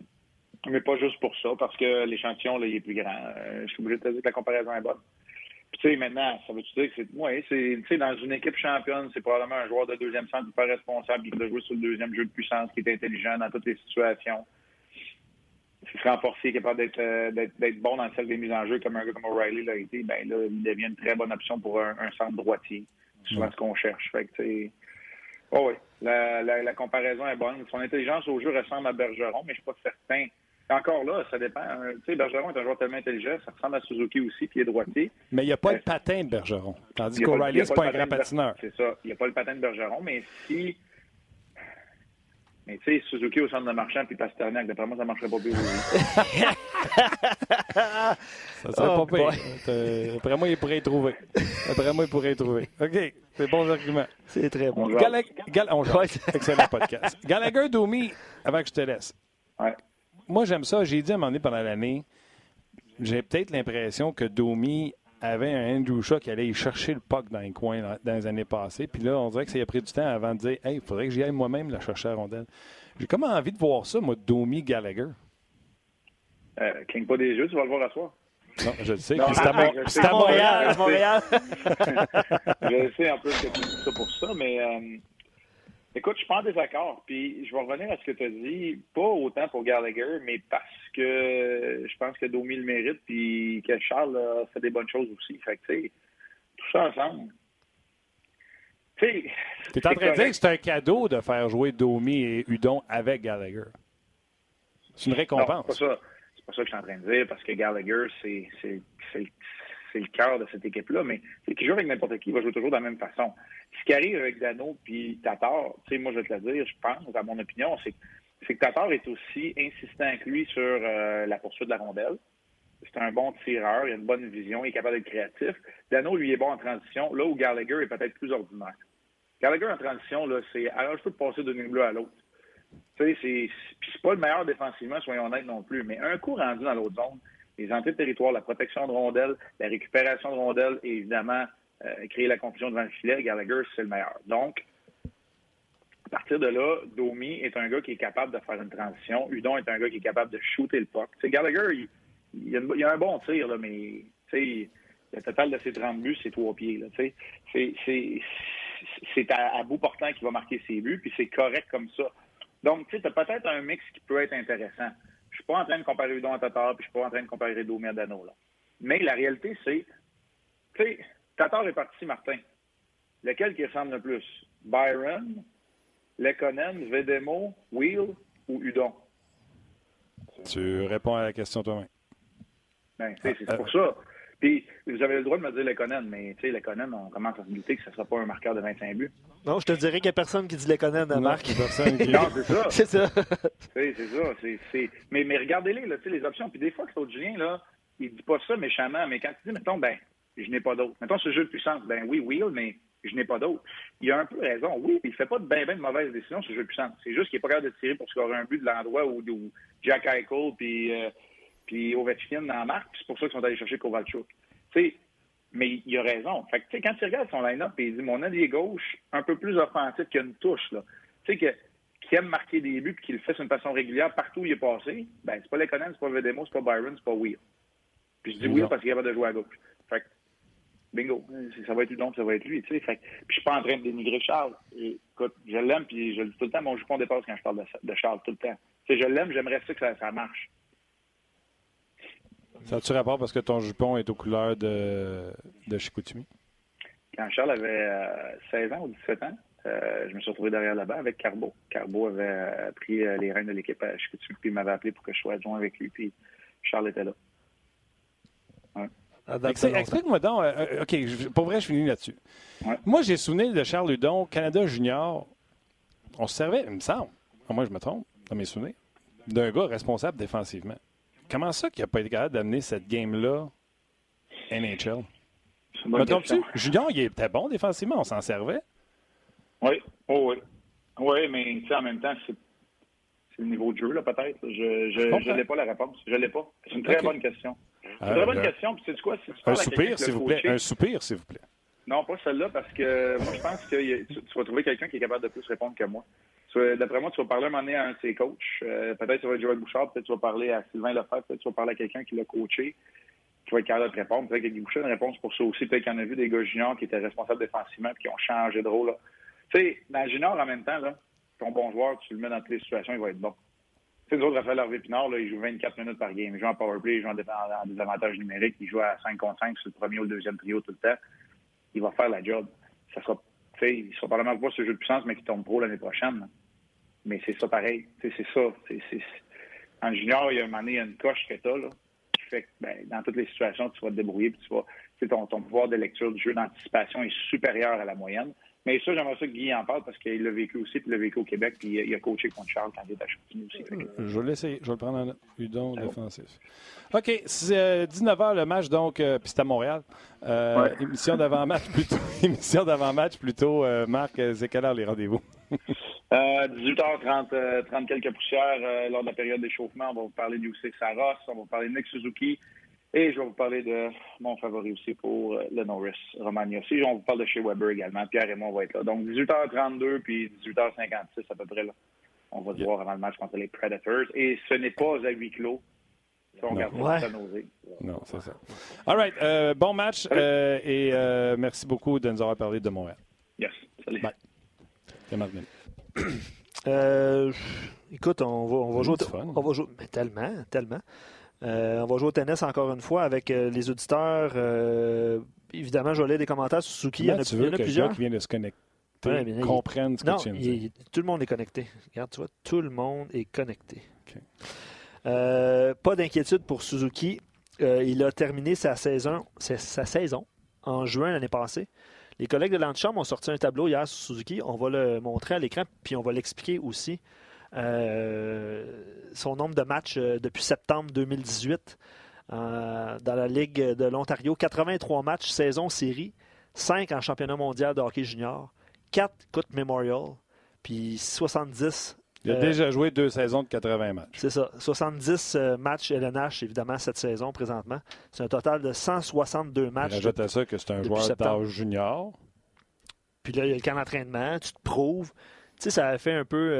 Mais pas juste pour ça, parce que l'échantillon, là, il est plus grand. Je suis obligé de te dire que la comparaison est bonne. Puis, tu sais, maintenant, ça veut-tu dire que c'est dans une équipe championne, c'est probablement un joueur de deuxième centre pas responsable, qui peut jouer sur le deuxième jeu de puissance, qui est intelligent dans toutes les situations. S'il se renforce, capable d'être bon dans le cercle des mises en jeu, comme un gars comme O'Reilly l'a été, ben là, il devient une très bonne option pour un centre droitier. C'est souvent ce qu'on cherche. Fait que, tu sais, oh oui, la comparaison est bonne. Son intelligence au jeu ressemble à Bergeron, mais je suis pas certain. Encore là, ça dépend. Tu sais, Bergeron est un joueur tellement intelligent, ça ressemble à Suzuki aussi, qui est droitier. Mais il n'y a pas le patin de Bergeron. Tandis qu'O'Reilly, c'est pas un grand patineur. C'est ça. Il n'y a pas le patin de Bergeron, mais si... Mais tu sais, Suzuki au centre de Marchand puis Pasternak, d'après moi, ça ne marcherait pas plus. Ça serait pas pire. D'après moi, il pourrait y trouver. OK, c'est bons arguments. C'est très bon. Excellent podcast. Gallagher, Domi, avant que je te laisse. Ouais. Moi, j'aime ça. J'ai dit à un moment donné pendant l'année, j'ai peut-être l'impression que Domi avait un Andrew Shaw qui allait y chercher le puck dans les coins dans les années passées. Puis là, on dirait que ça a pris du temps avant de dire « Hey, il faudrait que j'y aille moi-même la chercher à rondelle. » J'ai comme envie de voir ça, moi, Domi Gallagher. Cligne pas des yeux, tu vas le voir à soir. Non, je le sais. Non, c'est à Montréal. Je sais en plus que tu dis ça pour ça, mais écoute, je suis pas en désaccord. Puis je vais revenir à ce que tu as dit, pas autant pour Gallagher, mais parce que je pense que Domi le mérite, puis que Charles a fait des bonnes choses aussi. Fait que, tu sais, tout ça ensemble. Tu es en train de dire que c'est un cadeau de faire jouer Domi et Hudon avec Gallagher. C'est une récompense. Non, c'est pas ça que je suis en train de dire, parce que Gallagher, c'est le cœur de cette équipe-là, mais qui joue avec n'importe qui, il va jouer toujours de la même façon. Ce qui arrive avec Dano puis Tatar, tu sais, moi, je vais te le dire, je pense, à mon opinion, c'est que Tatar est aussi insistant que lui sur la poursuite de la rondelle. C'est un bon tireur, il a une bonne vision, il est capable d'être créatif. Dano, lui, est bon en transition, là où Gallagher est peut-être plus ordinaire. Gallagher en transition, là, c'est alors je peux passer d'une ligne bleue à l'autre. Tu sais, c'est pas le meilleur défensivement, soyons honnêtes non plus, mais un coup rendu dans l'autre zone, les entrées de territoire, la protection de rondelles, la récupération de rondelles et évidemment créer la confusion devant le filet, Gallagher, c'est le meilleur. Donc, à partir de là, Domi est un gars qui est capable de faire une transition. Hudon est un gars qui est capable de shooter le puck. T'sais, Gallagher, il a un bon tir, là, mais le total de ses 30 buts, c'est 3 pieds. Là, c'est à bout portant qu'il va marquer ses buts, puis c'est correct comme ça. Donc, tu sais, t'as peut-être un mix qui peut être intéressant. Je suis pas en train de comparer Hudon à Tatar, puis je suis pas en train de comparer Domi à Dano, là. Mais la réalité, c'est, tu sais, Tatar est parti, Martin. Lequel qui ressemble le plus? Byron, Lekonen, Vedemo, Wheel ou Hudon? Tu réponds à la question toi-même. Ben, c'est pour ça. Puis, vous avez le droit de me dire Lekonen, mais tu sais, Lekonen, on commence à se douter que ce ne sera pas un marqueur de 25 buts. Non, je te dirais qu'il n'y a personne qui dit Lekonen à Marc. Personne qui... Non, c'est ça. C'est ça. C'est ça. Mais regardez-les, là, les options. Puis des fois, Claude Julien, là, il ne dit pas ça méchamment, mais quand il dit, mettons, ben, je n'ai pas d'autre. Mettons, ce jeu de puissance, ben oui, Wheel, mais je n'ai pas d'autre. Il a un peu raison. Oui, il ne fait pas de ben de mauvaises décisions, ce jeu de puissance. C'est juste qu'il n'est pas capable de tirer pour scorer un but de l'endroit où Jack Eichel puis Ovechkin dans la marque. C'est pour ça qu'ils sont allés chercher Kovalchuk. Tu sais, mais il a raison. Fait que, tu sais, quand tu regardes son line-up et il dit mon allié gauche, un peu plus offensif qu'il y a une touche, là. Tu sais, qui aime marquer des buts et qui le fait d'une façon régulière partout où il est passé, ben, c'est pas Lekonen, c'est pas Vedemo, c'est pas Byron, c'est pas Wheel. Puis je dis Wheel parce qu'il est capable de jouer à gauche. Fait que, bingo. Ça va être lui, donc ça va être lui, tu sais. Fait que, puis je suis pas en train de dénigrer Charles. Et, écoute, je l'aime, puis je le dis tout le temps, mon jupon dépasse quand je parle de Charles, tout le temps. Tu sais, je l'aime, j'aimerais ça que ça marche. Ça a-tu rapport parce que ton jupon est aux couleurs de Chicoutimi? Quand Charles avait 16 ans ou 17 ans, je me suis retrouvé derrière là-bas avec Carbo. Carbo avait pris les rênes de l'équipe à Chicoutimi, puis il m'avait appelé pour que je sois adjoint avec lui, puis Charles était là. Ouais. Explique-moi donc. OK, pour vrai, je finis là-dessus. Ouais. Moi, j'ai souvenir de Charles Hudon, Canada Junior. On se servait, il me semble, moi je me trompe, dans mes souvenirs, d'un gars responsable défensivement. Comment ça qu'il n'a pas été capable d'amener cette game-là NHL? Me trompes-tu? Junior, il était bon défensivement, on s'en servait? Oui, oui. Oui, mais en même temps, c'est le niveau de jeu, là, peut-être. Je n'ai pas la réponse. Je ne l'ai pas. C'est une très bonne question. C'est une très bonne question. Puis, sais-tu quoi? Si tu un soupir, s'il vous plaît. Un soupir, s'il vous plaît. Non, pas celle-là, parce que moi, je pense que tu vas trouver quelqu'un qui est capable de plus répondre que moi. D'après moi, tu vas parler un moment donné à un de ses coachs. Peut-être tu vas être Joël Bouchard, peut-être tu vas parler à Sylvain Lefebvre, peut-être tu vas parler à quelqu'un qui l'a coaché. va être capable de te répondre. Peut-être que Guy Boucher a une réponse pour ça aussi. Peut-être qu'il y en a vu des gars juniors qui étaient responsables défensivement et qui ont changé de rôle. Tu sais, dans le junior, en même temps, là, ton bon joueur, tu le mets dans toutes les situations, il va être bon. Tu sais, nous autres, Raphaël Harvey-Pinard, là, il joue 24 minutes par game. Il joue en powerplay, il joue en désavantage numérique, il joue à 5 contre 5 sur le premier ou le deuxième trio tout le temps. Il va faire la job. Ça sera, tu sais, il sera probablement pas ce jeu de puissance, mais qui tombe pro l'année prochaine. Mais c'est ça pareil. Tu sais, c'est ça. En junior, il y a un moment donné, il y a une coche que tu as, là, qui fait que dans toutes les situations, tu vas te débrouiller puis tu vas. Tu sais, ton pouvoir de lecture du jeu d'anticipation est supérieur à la moyenne. Mais ça, j'aimerais ça que Guy en parle parce qu'il l'a vécu aussi, puis il l'a vécu au Québec, puis il a coaché contre Charles quand il était à Chicoutimi aussi. Je vais l'essayer. Je vais le prendre en note. Udon défensif. OK. C'est 19h le match, donc, puis c'est à Montréal. Émission d'avant-match plutôt. Marc, c'est quelle heure les rendez-vous? 18h30, 30 quelques poussières lors de la période d'échauffement. On va vous parler du UC Saros, on va vous parler de Nick Suzuki. Et je vais vous parler de mon favori aussi pour le Norris, Romagnoli. On vous parle de chez Weber également. Pierre et moi, on va être là. Donc, 18h32 puis 18h56 à peu près. Là. On va se voir avant le match contre les Predators. Et ce n'est pas à huis clos. Ça, on regarde ça nausée. Non, c'est ça. All right. Bon match. Et merci beaucoup de nous avoir parlé de Montréal. Yes. Salut. Bye. C'est Marc. Écoute, on va jouer. On va jouer. Mais tellement. On va jouer au tennis encore une fois avec les auditeurs. Évidemment, je vais lire des commentaires sur Suzuki. Il y en a plusieurs qui viennent de se connecter comprennent ce que tu viens de dire. Tout le monde est connecté. Regarde, tu vois, tout le monde est connecté. Okay. Pas d'inquiétude pour Suzuki. Il a terminé sa saison en juin l'année passée. Les collègues de l'antichambre ont sorti un tableau hier sur Suzuki. On va le montrer à l'écran, puis on va l'expliquer aussi. Son nombre de matchs depuis septembre 2018 dans la Ligue de l'Ontario. 83 matchs, saison, série, 5 en championnat mondial de hockey junior, 4 Coupe Memorial, puis 70... Il a déjà joué 2 saisons de 80 matchs. C'est ça. 70 matchs LNH, évidemment, cette saison, présentement. C'est un total de 162 matchs. Rajoute à ça que c'est un joueur d'âge junior. Puis là, il y a le camp d'entraînement, tu te prouves. Tu sais, ça fait un peu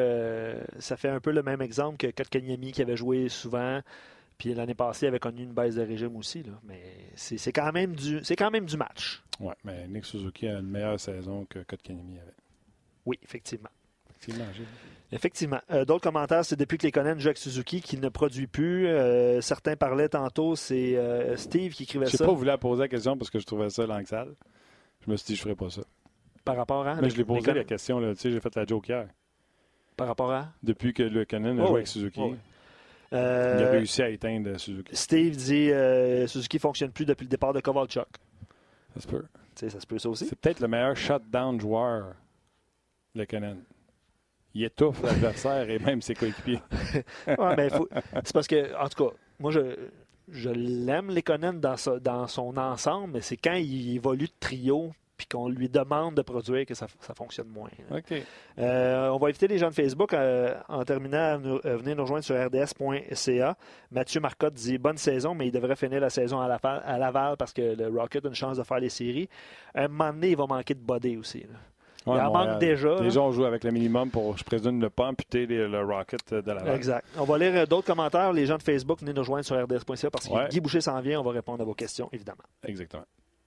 le même exemple que Kotkaniemi qui avait joué souvent. Puis l'année passée, il avait connu une baisse de régime aussi. Là. Mais c'est quand même du match. Oui, mais Nick Suzuki a une meilleure saison que Kotkaniemi avait. Oui, effectivement. Effectivement. D'autres commentaires, c'est depuis que les Lekonen jouent avec Suzuki qu'il ne produit plus. Certains parlaient tantôt, c'est Steve qui écrivait ça. Je n'ai pas voulu poser la question parce que je trouvais ça langue-sale. Je me suis dit, je ne ferais pas ça. Par rapport à... Mais je l'ai posé la question, là. Tu sais, j'ai fait la joke hier. Par rapport à... Depuis que le Lekonen a joué avec Suzuki, il a réussi à éteindre Suzuki. Steve dit Suzuki ne fonctionne plus depuis le départ de Kovalchuk. Ça se peut. Tu sais, ça se peut ça aussi. C'est peut-être le meilleur shutdown joueur, Lekonen. Il étouffe l'adversaire et même ses coéquipiers. Ouais, c'est parce que, en tout cas, moi, je l'aime, Lekonen, dans son ensemble, mais c'est quand il évolue de trio puis qu'on lui demande de produire que ça fonctionne moins. OK. On va inviter les gens de Facebook en terminant à venir nous rejoindre sur rds.ca. Mathieu Marcotte dit « Bonne saison, mais il devrait finir la saison à Laval parce que le Rocket a une chance de faire les séries. À un moment donné, il va manquer de body aussi. » Ouais, il en manque déjà. Déjà, on joue avec le minimum pour, je présume, ne pas amputer le Rocket de la Laval. Exact. On va lire d'autres commentaires. Les gens de Facebook, venez nous rejoindre sur rds.ca parce que Guy Boucher s'en vient. On va répondre à vos questions, évidemment. Exactement.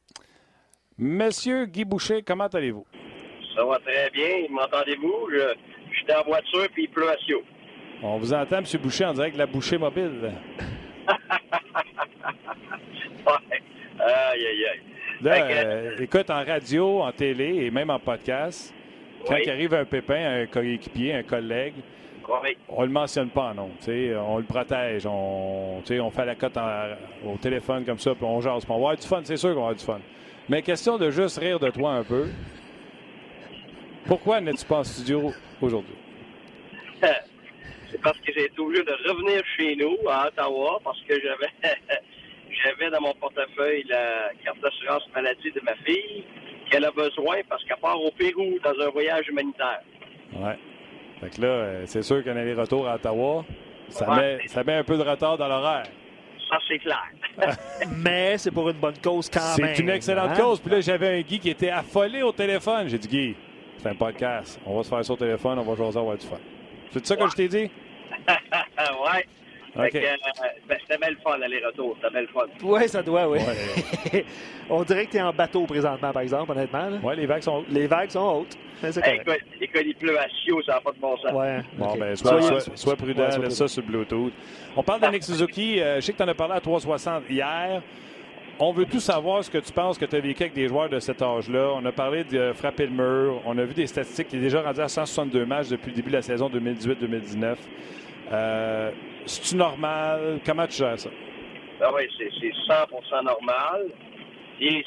Monsieur Guy Boucher, comment allez-vous? Ça va très bien. M'entendez-vous? Je suis en voiture puis il pleut à Sio. On vous entend, M. Boucher, en direct de la Boucher mobile. Ouais. Aïe, aïe, aïe. Là, écoute, en radio, en télé et même en podcast, quand il arrive un pépin, un coéquipier, un collègue, on le mentionne pas, non. On le protège. On fait la cote au téléphone comme ça, puis on jase. On va avoir du fun, c'est sûr qu'on va avoir du fun. Mais question de juste rire de toi un peu. Pourquoi n'es-tu pas en studio aujourd'hui? C'est parce que j'ai été obligé de revenir chez nous, à Ottawa, parce que j'avais dans mon portefeuille la carte d'assurance maladie de ma fille qu'elle a besoin parce qu'elle part au Pérou dans un voyage humanitaire. Ouais. Fait que là, c'est sûr qu'un aller-retour à Ottawa, ça met un peu de retard dans l'horaire. Ça, c'est clair. Mais c'est pour une bonne cause quand même. C'est une excellente cause. Puis là, j'avais un Guy qui était affolé au téléphone. J'ai dit, Guy, c'est un podcast. On va se faire ça au téléphone, on va jaser, on va avoir du fun. C'est ça que je t'ai dit? Ouais. Fait que, c'était belle fun, l'aller-retour. C'était belle fun. Oui, ça doit, oui. Ouais. On dirait que tu es en bateau présentement, par exemple, honnêtement. Oui, les vagues sont hautes. Les vagues sont hautes. Écoute, il pleut à Chio, ça n'a pas de bon sens. Ouais. Bon, okay. ben, sois prudent, laisse ça sur le Bluetooth. On parle d'Annick Suzuki. Je sais que tu en as parlé à 360 hier. On veut tout savoir ce que tu penses que tu as vécu avec des joueurs de cet âge-là. On a parlé de frapper le mur. On a vu des statistiques qui est déjà rendu à 162 matchs depuis le début de la saison 2018-2019. C'est-tu normal? Comment tu gères ça? Ben oui, c'est 100% normal. Et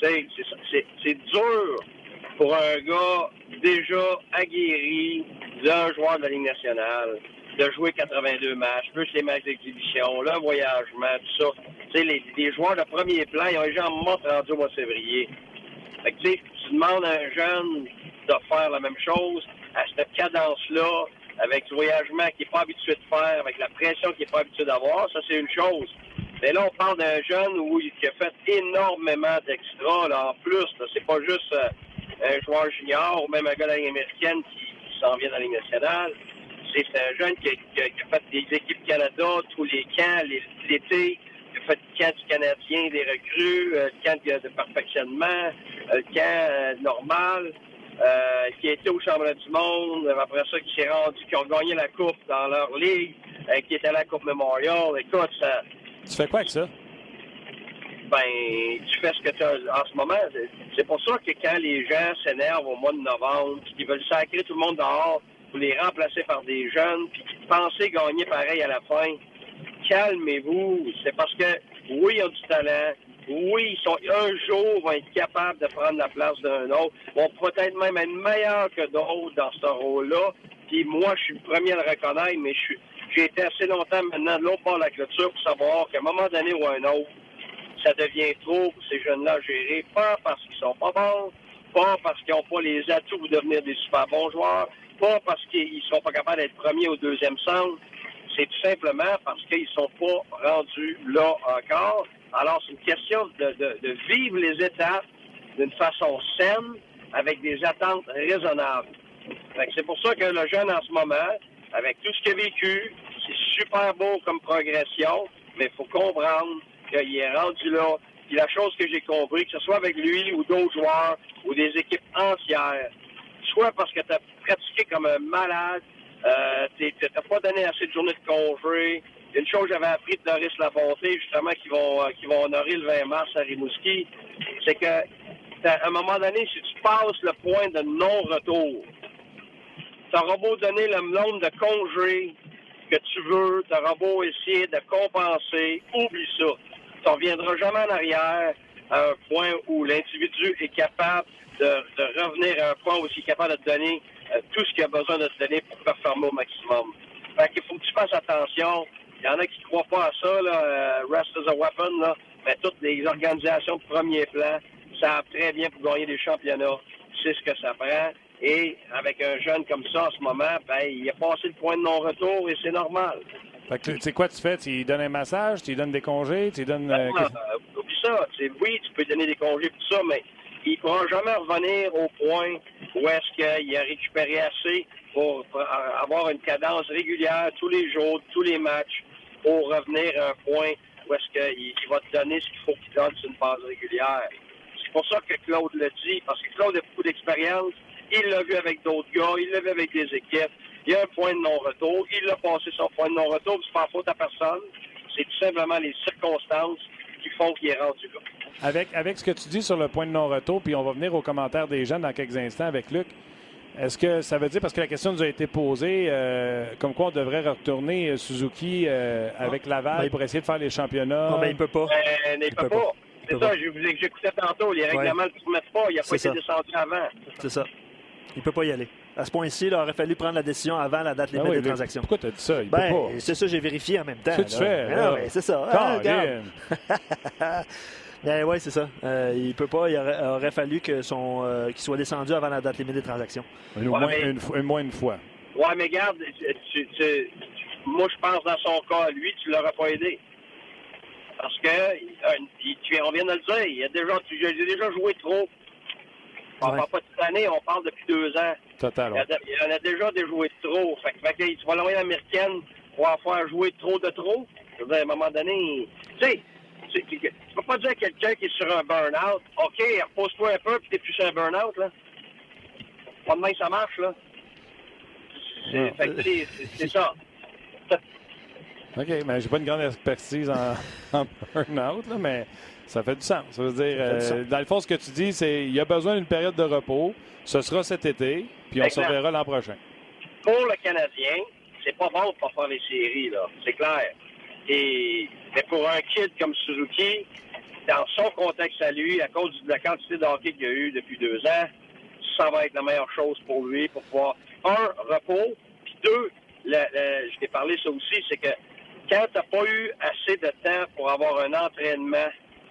c'est dur pour un gars déjà aguerri, un joueur de la Ligue nationale, de jouer 82 matchs, plus les matchs d'exhibition, le voyagement, tout ça. Tu sais, les joueurs de premier plan, ils ont déjà en montre rendu au mois de février. Fait que, tu sais, tu demandes à un jeune de faire la même chose à cette cadence-là, avec du voyagement qu'il n'est pas habitué de faire, avec la pression qu'il n'est pas habitué d'avoir, ça, c'est une chose. Mais là, on parle d'un jeune qui a fait énormément d'extra, là, en plus. C'est pas juste un joueur junior ou même un gars de la Ligue américaine qui s'en vient dans la Ligue nationale. C'est un jeune qui a fait des équipes Canada, tous les camps, l'été. Il a fait le camp du Canadien, des recrues, le camp de perfectionnement, le camp normal. Qui a été au championnat du monde, après ça, qui s'est rendu, qui ont gagné la Coupe dans leur ligue, qui était à la Coupe Memorial. Écoute, ça... Tu fais quoi avec ça? Ben, tu fais ce que tu as en ce moment. C'est pour ça que quand les gens s'énervent au mois de novembre, puis qu'ils veulent sacrer tout le monde dehors pour les remplacer par des jeunes, puis qu'ils pensaient gagner pareil à la fin, calmez-vous. C'est parce que, oui, ils ont du talent. Oui, un jour, vont être capables de prendre la place d'un autre. Vont peut-être même être meilleurs que d'autres dans ce rôle-là. Puis moi, je suis le premier à le reconnaître, mais j'ai été assez longtemps maintenant de l'autre bord de la clôture pour savoir qu'à un moment donné ou à un autre, ça devient trop pour ces jeunes-là à gérer. Pas parce qu'ils sont pas bons, pas parce qu'ils n'ont pas les atouts pour devenir des super bons joueurs, pas parce qu'ils sont pas capables d'être premiers au deuxième centre. C'est tout simplement parce qu'ils sont pas rendus là encore. Alors, c'est une question de vivre les étapes d'une façon saine, avec des attentes raisonnables. C'est pour ça que le jeune, en ce moment, avec tout ce qu'il a vécu, c'est super beau comme progression, mais il faut comprendre qu'il est rendu là. Puis la chose que j'ai compris, que ce soit avec lui ou d'autres joueurs ou des équipes entières, soit parce que tu as pratiqué comme un malade, tu n'as pas donné assez de journées de congé. Une chose que j'avais appris de Doris Labonté, justement, qui vont honorer le 20 mars à Rimouski, c'est que, à un moment donné, si tu passes le point de non-retour, tu auras beau donner le nombre de congés que tu veux, tu auras beau essayer de compenser, oublie ça. Tu ne reviendras jamais en arrière à un point où l'individu est capable de revenir à un point où il est capable de te donner tout ce qu'il a besoin de te donner pour performer au maximum. Fait qu'il faut que tu fasses attention. Il y en a qui ne croient pas à ça, là, rest as a weapon, là, mais toutes les organisations de premier plan savent très bien pour gagner des championnats. C'est ce que ça prend. Et avec un jeune comme ça en ce moment, ben, il a passé le point de non-retour et c'est normal. Fait que, c'est quoi tu fais? Tu lui donnes un massage? Tu lui donnes des congés? Tu lui donnes... Oublie ça. Oui, tu peux donner des congés pour ça, mais il ne pourra jamais revenir au point où est-ce qu'il a récupéré assez pour avoir une cadence régulière tous les jours, tous les matchs, pour revenir à un point où est-ce qu'il va te donner ce qu'il faut qu'il donne sur une base régulière. C'est pour ça que Claude le dit, parce que Claude a beaucoup d'expérience. Il l'a vu avec d'autres gars, il l'a vu avec des équipes. Il y a un point de non-retour. Il a passé son point de non-retour. C'est pas faute à personne. C'est tout simplement les circonstances qui font qu'il est rendu là. Avec ce que tu dis sur le point de non-retour, puis on va venir aux commentaires des jeunes dans quelques instants avec Luc. Est-ce que ça veut dire, parce que la question nous a été posée, comme quoi on devrait retourner Suzuki avec Laval pour essayer de faire les championnats? Non, mais il ne peut pas. Il peut pas. C'est ça, j'écoutais tantôt. Les règlements ne le permettent pas. Il n'a pas été descendu avant. C'est ça. Il ne peut pas y aller. À ce point-ci, il aurait fallu prendre la décision avant la date limite des transactions. Pourquoi tu as dit ça? Il peut pas. C'est ça, j'ai vérifié en même temps. Qu'est-ce que tu fais? C'est ça. Ben oui, c'est ça. Il peut pas. Il aurait fallu qu'il soit descendu avant la date limite des transactions. Au moins une fois. Oui, mais regarde, moi, je pense dans son cas, lui, tu ne l'aurais pas aidé. Parce que, on vient de le dire, j'ai déjà joué trop. On ne parle pas de cette année, on parle depuis 2 ans. Total. Il en a déjà déjoué trop. Fait que tu vas l'envoyer à l'américaine pour en faire jouer trop de trop. Je veux dire, à un moment donné, tu sais, tu peux pas dire à quelqu'un qui est sur un burn-out, OK, repose-toi un peu, puis t'es plus sur un burn-out, là. Pas de main, ça marche, là. C'est ça. OK, mais j'ai pas une grande expertise en burn-out, là, mais ça fait du sens. Ça veut dire, dans le fond, ce que tu dis, c'est qu'il y a besoin d'une période de repos. Ce sera cet été, puis on se reverra l'an prochain. Pour le Canadien, c'est pas bon de pas faire les séries, là. C'est clair. Mais pour un kid comme Suzuki, dans son contexte à lui, à cause de la quantité de hockey qu'il y a eu depuis 2 ans, ça va être la meilleure chose pour lui, pour pouvoir, repos, puis 2, je t'ai parlé ça aussi, c'est que quand tu n'as pas eu assez de temps pour avoir un entraînement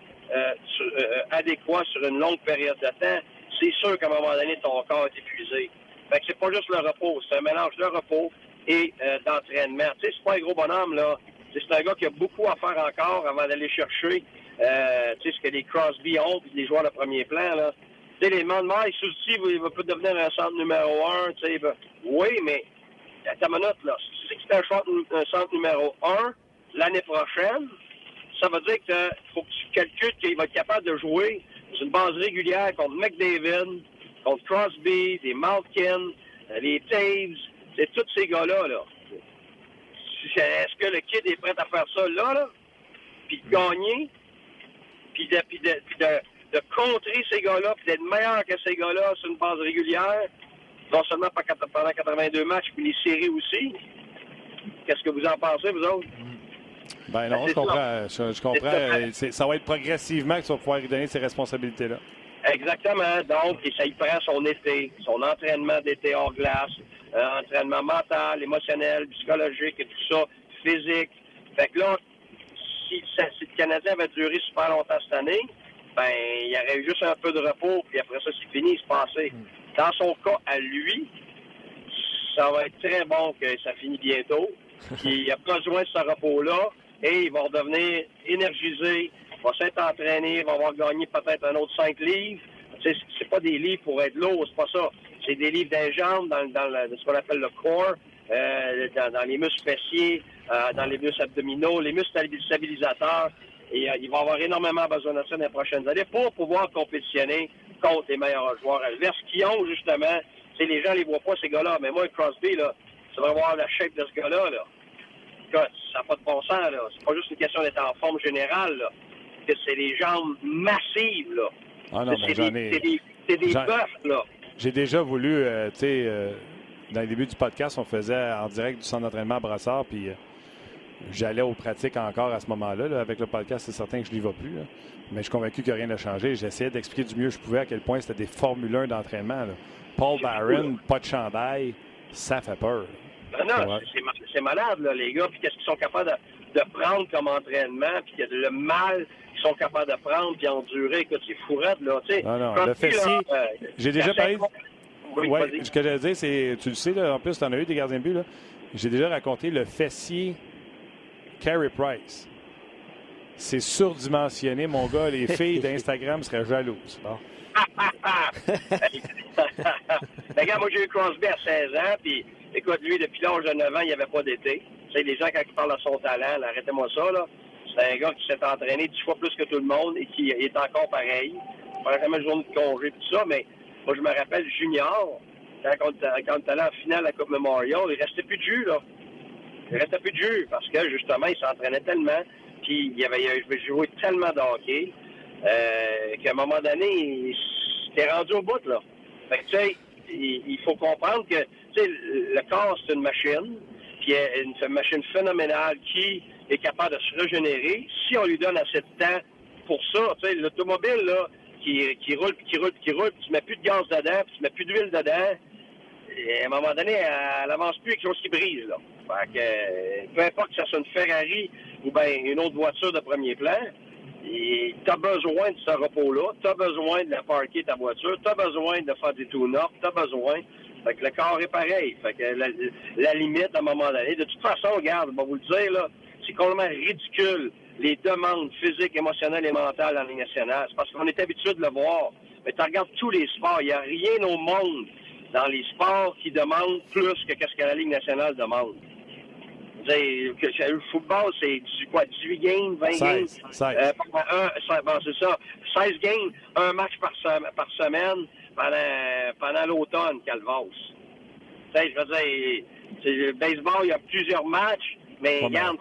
adéquat sur une longue période de temps, c'est sûr qu'à un moment donné, ton corps est épuisé. Fait que c'est pas juste le repos, c'est un mélange de repos et d'entraînement. Tu sais, c'est pas un gros bonhomme, là. C'est un gars qui a beaucoup à faire encore avant d'aller chercher ce que les Crosby ont, puis les joueurs de premier plan, là. Tu sais, les Monmouth, Suzuki, il va peut devenir un centre numéro 1, tu sais. Oui, mais à ta minute, là, si tu sais que c'est un centre numéro 1 l'année prochaine, ça veut dire qu'il faut que tu calcules qu'il va être capable de jouer sur une base régulière contre McDavid, contre Crosby, des Malkin, les Taves, c'est tous ces gars-là, là. Est-ce que le kid est prêt à faire ça là? Puis de gagner, puis de contrer ces gars-là, puis d'être meilleur que ces gars-là sur une base régulière, non seulement pendant 82 matchs, puis les séries aussi. Qu'est-ce que vous en pensez, vous autres? Ben non, je comprends. Je comprends. Ça va être progressivement que tu vas pouvoir lui donner ces responsabilités-là. Exactement. Donc, ça y prend son été, son entraînement d'été hors glace, entraînement mental, émotionnel, psychologique et tout ça, physique. Fait que là, si le Canadien avait duré super longtemps cette année, ben il y aurait eu juste un peu de repos, puis après ça, c'est fini, c'est passé. Dans son cas, à lui, ça va être très bon que ça finisse bientôt. Puis il a besoin de ce repos-là, et il va redevenir énergisé, il va s'être entraîné, il va avoir gagné peut-être un autre 5 livres. Tu sais, c'est pas des livres pour être lourd, c'est pas ça. C'est des livres d'un jambes dans ce qu'on appelle le core, dans les muscles fessiers, dans les muscles abdominaux, les muscles stabilisateurs. Et il va avoir énormément besoin de ça dans les prochaines années pour pouvoir compétitionner contre les meilleurs joueurs adverses qui ont, justement, les gens les voient pas, ces gars-là. Mais moi, Crosby, là, tu vas voir la shape de ce gars-là, là. Écoute, ça n'a pas de bon sens, là. C'est pas juste une question d'être en forme générale, là. C'est des jambes massives, là. Ah non, mais c'est des bœufs, là. J'ai déjà voulu, tu sais, dans le début du podcast, on faisait en direct du centre d'entraînement à Brassard, puis j'allais aux pratiques encore à ce moment-là. Là. Avec le podcast, c'est certain que je n'y vais plus. Là. Mais je suis convaincu que rien n'a changé. J'essayais d'expliquer du mieux que je pouvais à quel point c'était des Formule 1 d'entraînement. Là. Paul Barron, pas de chandail, ça fait peur. Non, c'est malade, là, les gars. Puis qu'est-ce qu'ils sont capables de prendre comme entraînement, puis le mal qu'ils sont capables de prendre, puis endurer. Écoute, c'est fourrette, là. Tu sais, non, le fessier, j'ai déjà parlé... Oui, ce que j'allais dire, c'est, tu le sais, là, en plus, tu en as eu des gardiens de but. Là. J'ai déjà raconté le fessier Carey Price. C'est surdimensionné, mon gars. Les filles d'Instagram seraient jalouses. Bon. Regarde, moi, j'ai eu Crosby à 16 ans, puis écoute, lui, depuis l'âge de 9 ans, il n'y avait pas d'été. Tu sais, les gens, quand ils parlent de son talent, là, arrêtez-moi ça, là. C'est un gars qui s'est entraîné 10 fois plus que tout le monde et qui est encore pareil. Il prend jamais une journée de congé et tout ça, mais moi, je me rappelle, junior, quand on était allé en finale à la Coupe Memorial, il restait plus de jus, là. Il restait plus de jus parce que, justement, il s'entraînait tellement, puis il avait joué tellement de hockey qu'à un moment donné, il s'était rendu au bout, là. Fait que, tu sais, il faut comprendre que, tu sais, le corps, c'est une machine, puis une machine phénoménale qui est capable de se régénérer si on lui donne assez de temps pour ça. Tu sais, l'automobile, là, qui roule, puis tu mets plus de gaz dedans, puis tu mets plus d'huile dedans, et à un moment donné, elle avance plus quelque chose qui brise, là. Fait que, peu importe que ça soit une Ferrari ou bien une autre voiture de premier plan, tu as besoin de ce repos-là, tu as besoin de la parker ta voiture, tu as besoin de faire des tune-up, tu as besoin. Fait que le corps est pareil. Fait que la limite, à un moment donné, de toute façon, regarde, je vais vous le dire, là, c'est complètement ridicule, les demandes physiques, émotionnelles et mentales en Ligue nationale. C'est parce qu'on est habitué de le voir. Mais tu regardes tous les sports, il n'y a rien au monde dans les sports qui demandent plus que ce que la Ligue nationale demande. Le football, c'est 18 games, 20 games? 16. C'est ça. 16 games, un match par semaine pendant l'automne, Calvas. Je veux dire, le baseball, il y a plusieurs matchs, mais regarde,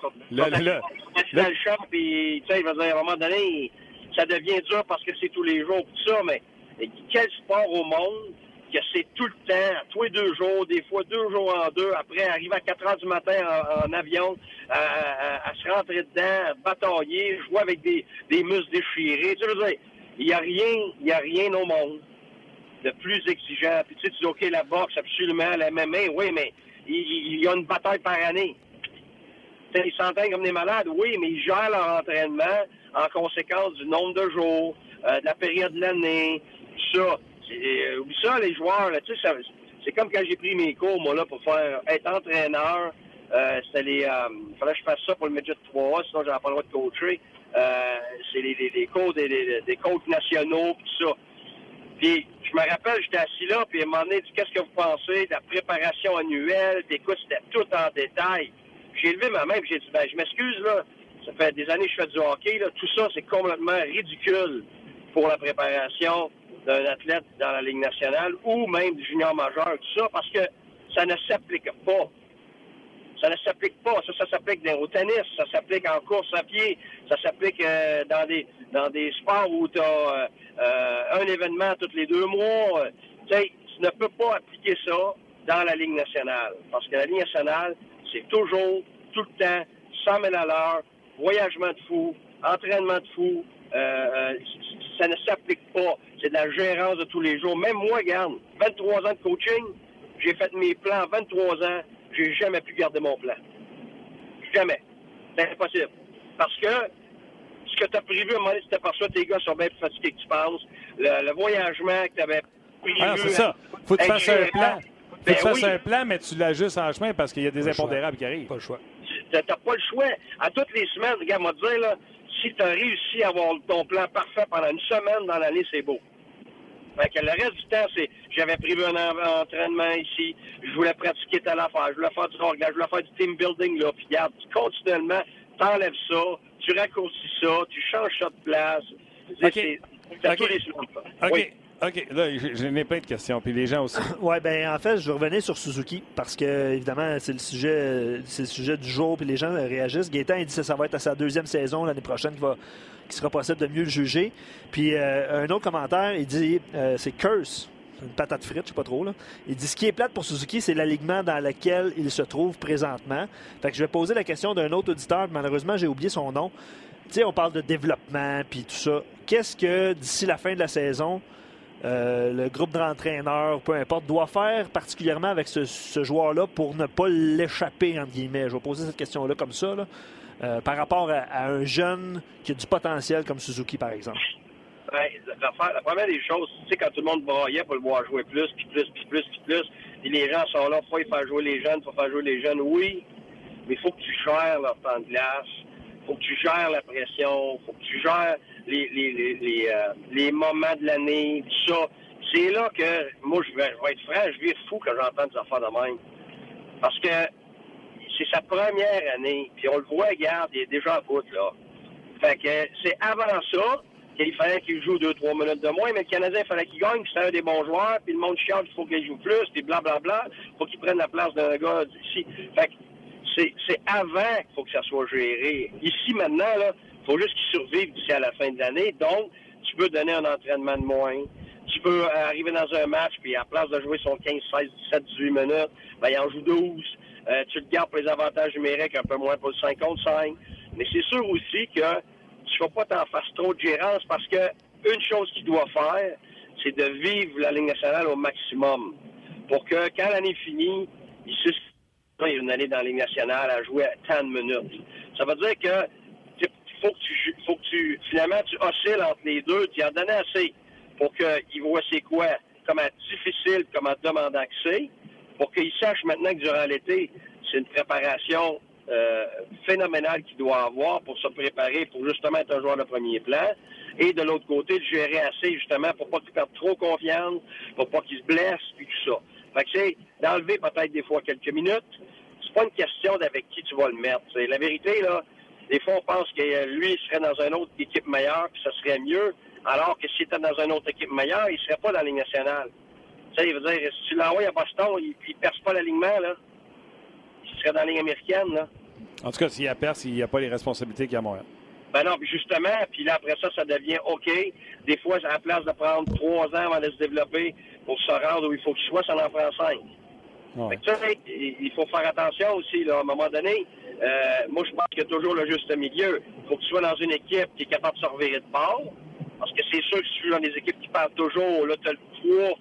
le champ, puis je veux dire, à un moment donné, ça devient dur parce que c'est tous les jours, tout ça, mais quel sport au monde que c'est tout le temps, tous les 2 jours, des fois 2 jours en 2, après arriver à 4 heures du matin en avion, à se rentrer dedans, à batailler, jouer avec des muscles déchirés. Tu sais, il n'y a rien au monde de plus exigeant. Puis tu dis, OK, la boxe, absolument, la MMA, oui, mais il y a une bataille par année. T'sais, ils s'entraînent comme des malades, oui, mais ils gèrent leur entraînement en conséquence du nombre de jours, de la période de l'année, tout ça. Oublie ça, les joueurs, là, c'est comme quand j'ai pris mes cours, moi, là, pour être entraîneur. C'était il fallait que je fasse ça pour le midget 3A, sinon j'avais pas le droit de coacher. C'est les cours des coachs nationaux, tout ça. Puis, je me rappelle, j'étais assis là, puis à un moment donné, il dit, qu'est-ce que vous pensez de la préparation annuelle? Puis écoute, c'était tout en détail. J'ai levé ma main, puis j'ai dit, je m'excuse, là, ça fait des années que je fais du hockey, là, tout ça, c'est complètement ridicule pour la préparation d'un athlète dans la Ligue nationale ou même du junior majeur, tout ça, parce que ça ne s'applique pas. Ça ne s'applique pas. Ça s'applique au tennis, ça s'applique en course à pied, ça s'applique dans des sports où tu as un événement tous les 2 mois. Tu ne peux pas appliquer ça dans la Ligue nationale. Parce que la Ligue nationale, c'est toujours, tout le temps, 100 000 à l'heure, voyagement de fou, entraînement de fou. Ça ne s'applique pas. C'est de la gérance de tous les jours. Même moi, regarde, 23 ans de coaching, j'ai fait mes plans 23 ans, j'ai jamais pu garder mon plan. Jamais. C'est impossible. Parce que ce que tu as prévu à un moment donné, c'était par ça, tes gars sont bien plus fatigués que tu penses. Le voyagement que tu avais prévu... Ah, c'est ça. Faut que tu fasses un plan. Faut que tu fasses un plan, mais tu l'ajustes en chemin parce qu'il y a des impondérables qui arrivent. Pas le choix. T'as pas le choix. À toutes les semaines, regarde, moi te dire, là, si tu as réussi à avoir ton plan parfait pendant une semaine dans l'année, c'est beau. Fait que le reste du temps, c'est j'avais prévu un entraînement ici, je voulais pratiquer telle affaire, je voulais faire du organe, je voulais faire du team building là, puis regarde, continuellement, t'enlèves ça, tu raccourcis ça, tu changes ça de place. OK. C'est tous les semaines. OK. Oui. OK, là, j'ai plein de questions, puis les gens aussi. Oui, bien, en fait, je revenais sur Suzuki, parce que, évidemment, c'est le sujet du jour, puis les gens réagissent. Gaétan, il dit que ça va être à sa 2e saison l'année prochaine qu'il sera possible de mieux le juger. Puis, un autre commentaire, il dit, c'est Curse, une patate frite, je sais pas trop, là. Il dit, ce qui est plate pour Suzuki, c'est l'alignement dans lequel il se trouve présentement. Fait que je vais poser la question d'un autre auditeur, malheureusement, j'ai oublié son nom. Tu sais, on parle de développement, puis tout ça. Qu'est-ce que, d'ici la fin de la saison, le groupe d'entraîneurs, peu importe, doit faire particulièrement avec ce joueur-là pour ne pas l'échapper, entre guillemets? Je vais poser cette question-là comme ça, là, par rapport à un jeune qui a du potentiel comme Suzuki, par exemple. Ouais, la première des choses, tu sais, quand tout le monde braillait pour le voir jouer plus, et les gens sont là, faut faire jouer les jeunes, oui, mais il faut que tu gères leur temps de glace, faut que tu gères la pression, faut que tu gères les moments de l'année, tout ça. C'est là que, moi, je vais être franc, je vais être fou quand j'entends des affaires de même. Parce que c'est sa première année, puis on le voit, regarde, il est déjà à bout, là. Fait que c'est avant ça qu'il fallait qu'il joue 2-3 minutes de moins, mais le Canadien, il fallait qu'il gagne, puis c'est un des bons joueurs, puis le monde chiale qu'il faut qu'il joue plus, puis blablabla, il faut qu'il prenne la place d'un gars d'ici. Fait que c'est avant qu'il faut que ça soit géré. Ici, maintenant, là, il faut juste qu'il survive d'ici à la fin de l'année. Donc, tu peux donner un entraînement de moins. Tu peux arriver dans un match, puis à la place de jouer son 15, 16, 17, 18 minutes, ben, il en joue 12. Tu le gardes pour les avantages numériques, un peu moins pour le 5 contre 5. Mais c'est sûr aussi que tu ne vas pas t'en faire trop de gérance parce que une chose qu'il doit faire, c'est de vivre la Ligue nationale au maximum. Pour que, quand l'année finit, il se il y a une année dans la Ligue nationale à jouer à tant de minutes. Ça veut dire que faut que tu finalement tu oscilles entre les deux, tu en donnes assez pour qu'il voit c'est quoi, comment difficile, comment demandant que c'est, pour qu'il sache maintenant que durant l'été, c'est une préparation phénoménale qu'il doit avoir pour se préparer pour justement être un joueur de premier plan. Et de l'autre côté, de gérer assez justement pour pas qu'il perde trop confiance, pour pas qu'il se blesse, puis tout ça. Fait que c'est d'enlever peut-être des fois quelques minutes. C'est pas une question d'avec qui tu vas le mettre. T'sais. La vérité, là, des fois, on pense que lui, il serait dans une autre équipe meilleure, puis ça serait mieux, alors que s'il était dans une autre équipe meilleure, il serait pas dans la Ligue nationale. Tu sais, il veut dire, si tu l'envoies à Boston, il ne perce pas l'alignement, là. Il serait dans la Ligue américaine, là. En tout cas, s'il y a perce, il n'y a pas les responsabilités qu'il y a à Montréal. Ben non, puis justement, puis là, après ça, ça devient OK. Des fois, à la place de prendre 3 ans avant de se développer pour se rendre où il faut qu'il soit, ça en prend 5. Ouais. Fait que, tu sais, il faut faire attention aussi, là, à un moment donné. Moi, je pense qu'il y a toujours le juste milieu. Il faut que tu sois dans une équipe qui est capable de se revirer de bord. Parce que c'est sûr que si tu es dans des équipes qui parlent toujours, là, tu as le poids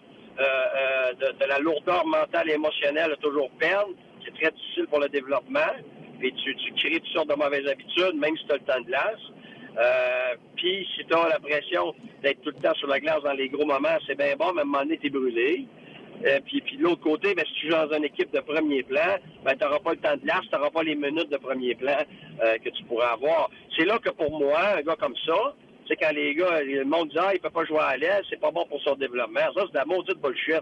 de la lourdeur mentale et émotionnelle à toujours perdre. C'est très difficile pour le développement. Et tu crées toutes sortes de mauvaises habitudes, même si tu as le temps de glace. Puis, si tu as la pression d'être tout le temps sur la glace dans les gros moments, c'est bien bon, mais à un moment donné, tu es brûlé. Puis de l'autre côté, ben, si tu joues dans une équipe de premier plan, ben, tu n'auras pas le temps de glace, tu n'auras pas les minutes de premier plan que tu pourrais avoir. C'est là que pour moi, un gars comme ça, c'est quand les gars, le monde dit « Ah, il peut pas jouer à l'aile, c'est pas bon pour son développement. » Ça, c'est de la maudite bullshit.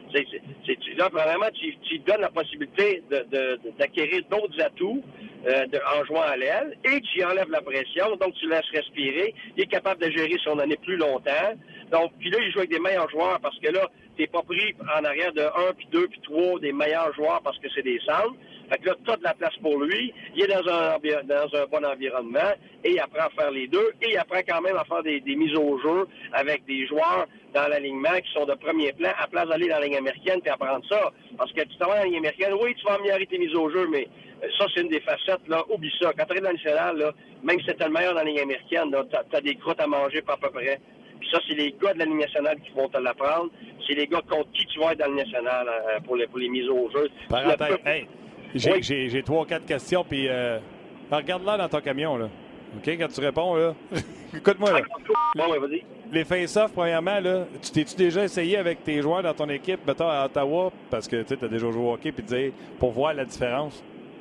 Là, vraiment, tu donnes la possibilité d'acquérir d'autres atouts en jouant à l'aile et tu enlèves la pression, donc tu laisses respirer. Il est capable de gérer son année plus longtemps. Donc, puis là, il joue avec des meilleurs joueurs parce que là, t'es pas pris en arrière de 1, puis 2, puis 3 des meilleurs joueurs parce que c'est des centres. Fait que là, tu as de la place pour lui. Il est dans un bon environnement et il apprend à faire les deux et il apprend quand même à faire des mises au jeu avec des joueurs dans l'alignement qui sont de premier plan à place d'aller dans la Ligue américaine puis apprendre ça. Parce que tu t'en vas dans la Ligue américaine, oui, tu vas améliorer tes mises au jeu, mais ça, c'est une des facettes, là. Oublie ça. Quand tu arrives dans le national, là, même si t'es le meilleur dans la Ligue américaine, tu as des croûtes à manger pas à peu près. Puis ça, c'est les gars de la Ligue nationale qui vont te l'apprendre. C'est les gars contre qui tu vas être dans le national pour les mises au jeu. Parenthèse, hey, j'ai 3 ou 4 questions, puis regarde-là dans ton camion, là. OK, quand tu réponds, là. Écoute-moi, là. Bon, ouais, vas-y. Les face-off, premièrement, là, tu t'es-tu déjà essayé avec tes joueurs dans ton équipe, mettons à Ottawa, parce que tu as déjà joué au hockey, puis dire, pour voir la différence?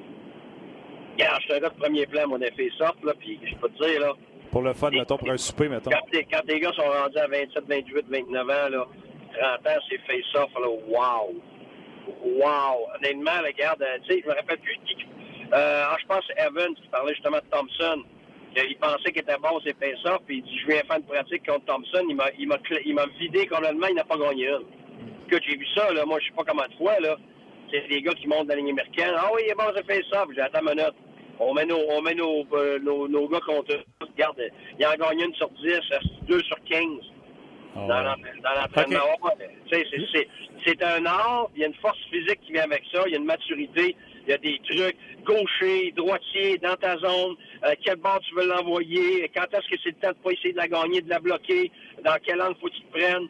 Regarde, je suis un gars de premier plan, mon effet face-off, là, puis je peux te dire, là. Pour le fun, mettons, pour un souper, mettons. Quand les gars sont rendus à 27, 28, 29 ans, là, 30 ans, c'est face-off, là, wow! Wow! Honnêtement, regarde, tu sais, je me rappelle plus qui. Je pense que Evans qui parlait justement de Thompson. Il pensait qu'il était bon, c'est face-off, puis il dit je viens faire une pratique contre Thompson. Il m'a vidé complètement, il n'a pas gagné une. Écoute, j'ai vu ça, là, moi, je sais pas combien de fois, là. C'est des gars qui montent dans la ligne américaine. Ah oui, il est bon, c'est face-off. J'ai attends une minute. On met nos gars contre eux. Regarde, il en gagne 1 sur 10, 2 sur 15. Oh, dans l'entraînement. Okay. C'est un art, il y a une force physique qui vient avec ça, il y a une maturité, il y a des trucs, gaucher, droitier, dans ta zone, quel bord tu veux l'envoyer, quand est-ce que c'est le temps de pas essayer de la gagner, de la bloquer, dans quel angle faut que tu te prennes,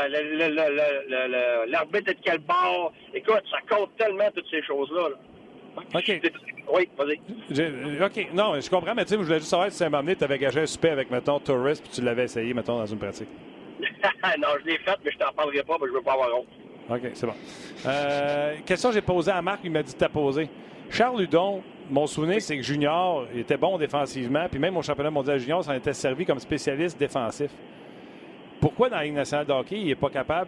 l'arbitre est de quel bord. Écoute, ça compte tellement toutes ces choses-là. Là. OK. Oui, vas-y. OK. Non, je comprends, mais tu sais, je voulais juste savoir si à un moment donné, tu avais gagé un super avec, mettons, Torres, puis tu l'avais essayé, mettons, dans une pratique. Non, je l'ai fait, mais je t'en parlerai pas, parce que je veux pas avoir honte. OK, c'est bon. Question que j'ai posée à Marc, il m'a dit de t'as posé. Charles Hudon, mon souvenir, c'est que Junior, il était bon défensivement, puis même au championnat mondial junior, ça en était servi comme spécialiste défensif. Pourquoi dans la Ligue nationale de hockey, il n'est pas capable...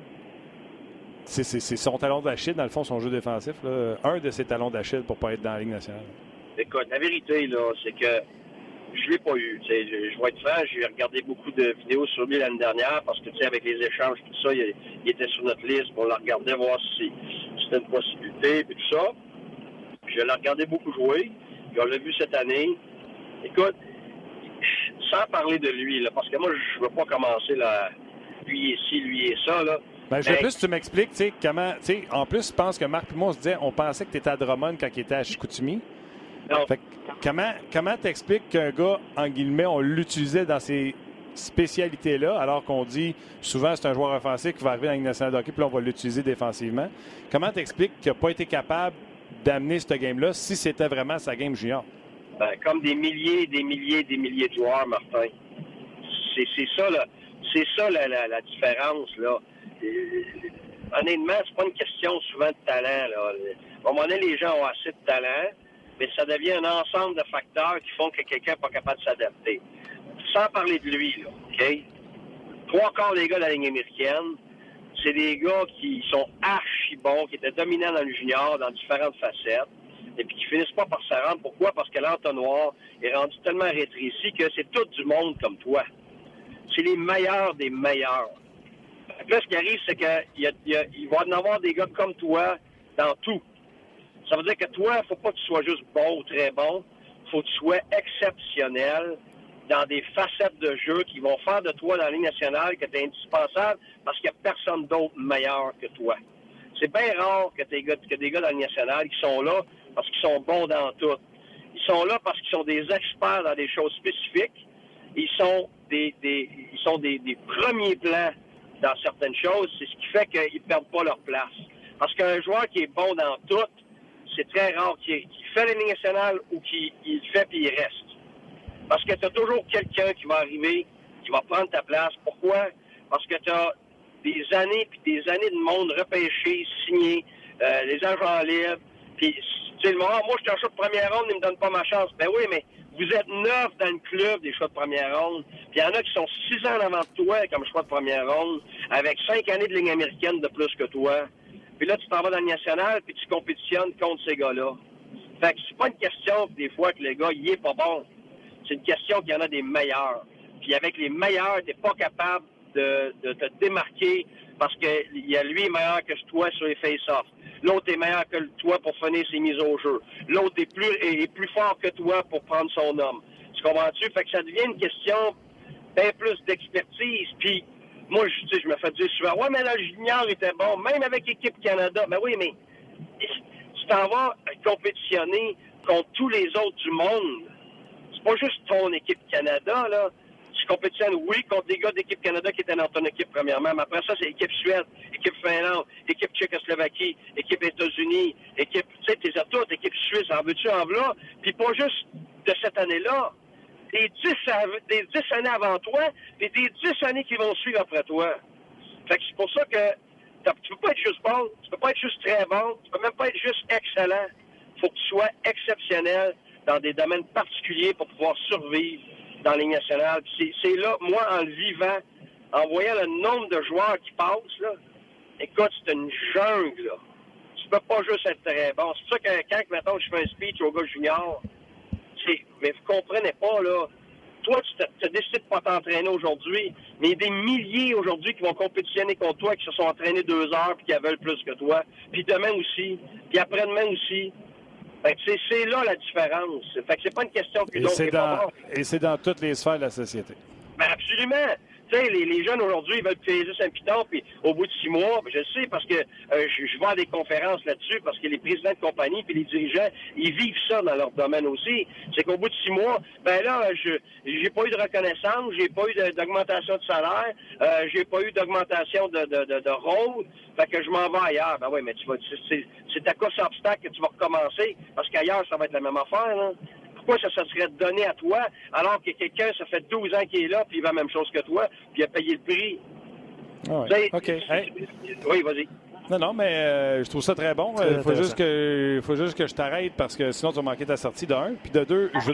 C'est son talon d'Achille, dans le fond, son jeu défensif. Là. Un de ses talons d'Achille pour ne pas être dans la Ligue nationale. Écoute, la vérité, là, c'est que je ne l'ai pas eu. Je vais être franc, j'ai regardé beaucoup de vidéos sur lui l'année dernière parce que, tu sais, avec les échanges, tout ça, il était sur notre liste. On la regardait voir si c'était une possibilité, et tout ça. Je l'ai regardé beaucoup jouer. Puis on l'a vu cette année. Écoute, sans parler de lui, là, parce que moi, je ne veux pas commencer, là, lui et ci, lui et ça, là. Ben, je veux plus que tu m'expliques, tu sais, comment... Tu sais, en plus, je pense que Marc et moi, on se disait, on pensait que tu étais à Drummond quand il était à Chicoutimi. Non. Fait que, comment t'expliques qu'un gars, en guillemets, on l'utilisait dans ces spécialités-là, alors qu'on dit souvent c'est un joueur offensif qui va arriver dans la Ligue nationale de hockey, puis là, on va l'utiliser défensivement. Comment t'expliques qu'il n'a pas été capable d'amener ce game-là si c'était vraiment sa game junior? Ben, comme des milliers de joueurs, Martin. C'est ça, là. C'est ça, la différence, là. Honnêtement, c'est pas une question souvent de talent, là. À un moment donné, les gens ont assez de talent, mais ça devient un ensemble de facteurs qui font que quelqu'un n'est pas capable de s'adapter. Sans parler de lui, là, OK? 3/4 des gars de la Ligue américaine, c'est des gars qui sont archi bons, qui étaient dominants dans le junior, dans différentes facettes. et puis qui finissent pas par se rendre. Pourquoi? Parce que l'entonnoir est rendu tellement rétréci que c'est tout du monde comme toi. C'est les meilleurs des meilleurs. Là, ce qui arrive, c'est qu'il va y en avoir des gars comme toi dans tout. Ça veut dire que toi, il ne faut pas que tu sois juste bon ou très bon. Il faut que tu sois exceptionnel dans des facettes de jeu qui vont faire de toi dans la Ligue nationale que tu es indispensable parce qu'il n'y a personne d'autre meilleur que toi. C'est bien rare que des gars dans la Ligue nationale qui sont là parce qu'ils sont bons dans tout. Ils sont là parce qu'ils sont des experts dans des choses spécifiques. Ils sont des premiers plans dans certaines choses. C'est ce qui fait qu'ils ne perdent pas leur place. Parce qu'un joueur qui est bon dans tout, c'est très rare qu'il fait la Ligue nationale ou qu'il le fait puis il reste. Parce que tu as toujours quelqu'un qui va arriver, qui va prendre ta place. Pourquoi? Parce que tu as des années puis des années de monde repêché, signé, les agents libres. Puis, tu sais, le moment, moi, je suis un choix de première ronde, il ne me donne pas ma chance. Ben oui, mais vous êtes 9 dans le club des choix de première ronde. Puis il y en a qui sont 6 ans en avant de toi comme choix de première ronde, avec 5 années de ligne américaine de plus que toi. Puis là, tu t'en vas dans le national, puis tu compétitionnes contre ces gars-là. Fait que c'est pas une question, des fois, que le gars, il est pas bon. C'est une question qu'il y en a des meilleurs. Puis avec les meilleurs, t'es pas capable de te démarquer parce que lui est meilleur que toi sur les face-offs. L'autre est meilleur que toi pour finir ses mises au jeu. L'autre est plus fort que toi pour prendre son homme. Tu comprends-tu? Fait que ça devient une question bien plus d'expertise. Puis moi, je me fais dire souvent, ouais, mais le junior était bon, même avec l'équipe Canada. Ben oui, mais tu t'en vas compétitionner contre tous les autres du monde. C'est pas juste ton équipe Canada, là. Tu compétitionnes, oui, contre des gars d'équipe Canada qui étaient dans ton équipe, premièrement. Mais après ça, c'est équipe Suède, équipe Finlande, équipe Tchécoslovaquie, équipe États-Unis, équipe, tu sais, t'es à toutes, équipe Suisse, en veux-tu, en v'là. Puis pas juste de cette année-là. Des 10 années avant toi, et des 10 années qui vont suivre après toi. Fait que c'est pour ça que tu peux pas être juste bon, tu peux pas être juste très bon, tu peux même pas être juste excellent. Faut que tu sois exceptionnel dans des domaines particuliers pour pouvoir survivre dans la Ligue nationale. C'est là, moi, en le vivant, en voyant le nombre de joueurs qui passent, là, écoute, c'est une jungle, là. Tu peux pas juste être très bon. C'est pour ça que quand, mettons, je fais un speech au gars junior, mais vous comprenez pas, là. Toi, tu as décidé de pas t'entraîner aujourd'hui, mais il y a des milliers aujourd'hui qui vont compétitionner contre toi, qui se sont entraînés 2 heures puis qui veulent plus que toi. Puis demain aussi, puis après-demain aussi. Fait que c'est là la différence. Fait que c'est pas une question que l'autre est pas bon. Et c'est dans toutes les sphères de la société. Ben absolument. Tu sais, les jeunes aujourd'hui, ils veulent payer un piton, puis au bout de 6 mois, je sais parce que je vais à des conférences là-dessus, parce que les présidents de compagnie puis les dirigeants, ils vivent ça dans leur domaine aussi. C'est qu'au bout de 6 mois, ben là, j'ai pas eu de reconnaissance, j'ai pas eu d'augmentation de salaire, j'ai pas eu d'augmentation de rôle, fait que je m'en vais ailleurs. Ben oui, mais c'est à cause d'obstacle que tu vas recommencer, parce qu'ailleurs, ça va être la même affaire, là. Pourquoi ça serait donné à toi, alors que quelqu'un, ça fait 12 ans qu'il est là, puis il va la même chose que toi, puis il a payé le prix? Ouais. OK. Hey. Oui, vas-y. Non, mais je trouve ça très bon. Il faut juste que je t'arrête parce que sinon tu vas manquer ta sortie de 1. Puis de 2, je veux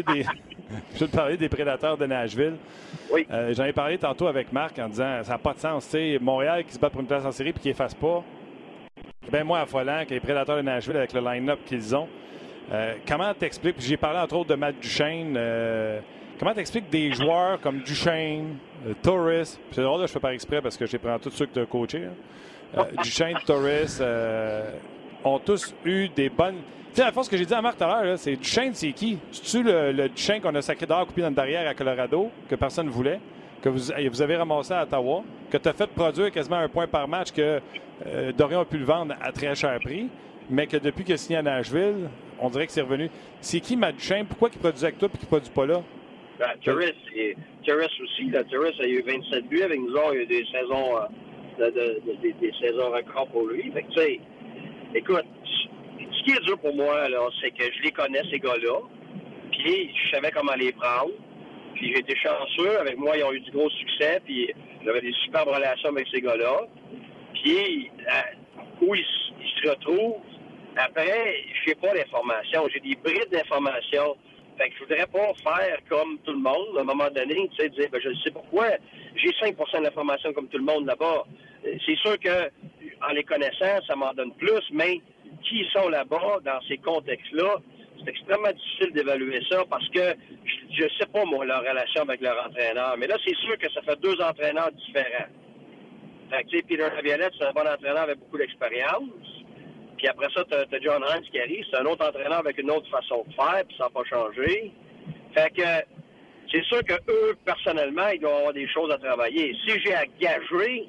te parler des Prédateurs de Nashville. Oui. J'en ai parlé tantôt avec Marc en disant ça n'a pas de sens. T'sais, Montréal qui se bat pour une place en série puis qui efface pas. C'est bien moins affolant que les Prédateurs de Nashville avec le line-up qu'ils ont. Comment t'expliques, j'ai parlé entre autres de Matt Duchesne, comment t'expliques des joueurs comme Duchesne, Torres, c'est drôle, là, je fais par exprès parce que je les prends tous ceux que tu as coachés, Duchesne, Torres, ont tous eu des bonnes... Tu sais, à la fois, ce que j'ai dit à Marc tout à l'heure, c'est Duchesne, c'est qui? C'est-tu le Duchesne qu'on a sacré dehors coupé dans le derrière à Colorado, que personne ne voulait, que vous avez ramassé à Ottawa, que tu as fait produire quasiment 1 point par match, que Dorion a pu le vendre à très cher prix, mais que depuis qu'il a signé à Nashville, on dirait que c'est revenu. C'est qui, Matt Duchesne? Pourquoi il produit avec toi et qu'il ne produit pas là? Ben, Torres aussi. Là, Torres a eu 27 buts avec nous autres. Il y a eu des saisons, des saisons records pour lui. Fait que, tu sais, écoute, ce qui est dur pour moi, là, c'est que je les connais, ces gars-là. Puis, je savais comment les prendre. Puis, j'ai été chanceux. Avec moi, ils ont eu du gros succès. Puis, j'avais des superbes relations avec ces gars-là. Puis, où ils se retrouvent, après, je n'ai pas d'informations. J'ai des brides d'informations. Fait que je voudrais pas faire comme tout le monde, à un moment donné, tu sais, dire, ben, je sais pourquoi. J'ai 5 % de l'information comme tout le monde là-bas. C'est sûr que, en les connaissant, ça m'en donne plus, mais qui ils sont là-bas, dans ces contextes-là, c'est extrêmement difficile d'évaluer ça parce que je ne sais pas, moi, leur relation avec leur entraîneur. Mais là, c'est sûr que ça fait 2 entraîneurs différents. Fait que, tu sais, Peter Laviolette, c'est un bon entraîneur avec beaucoup d'expérience. Puis après ça, tu as John Hines qui arrive. C'est un autre entraîneur avec une autre façon de faire, puis ça n'a pas changé. Fait que c'est sûr qu'eux, personnellement, ils doivent avoir des choses à travailler. Si j'ai à gager,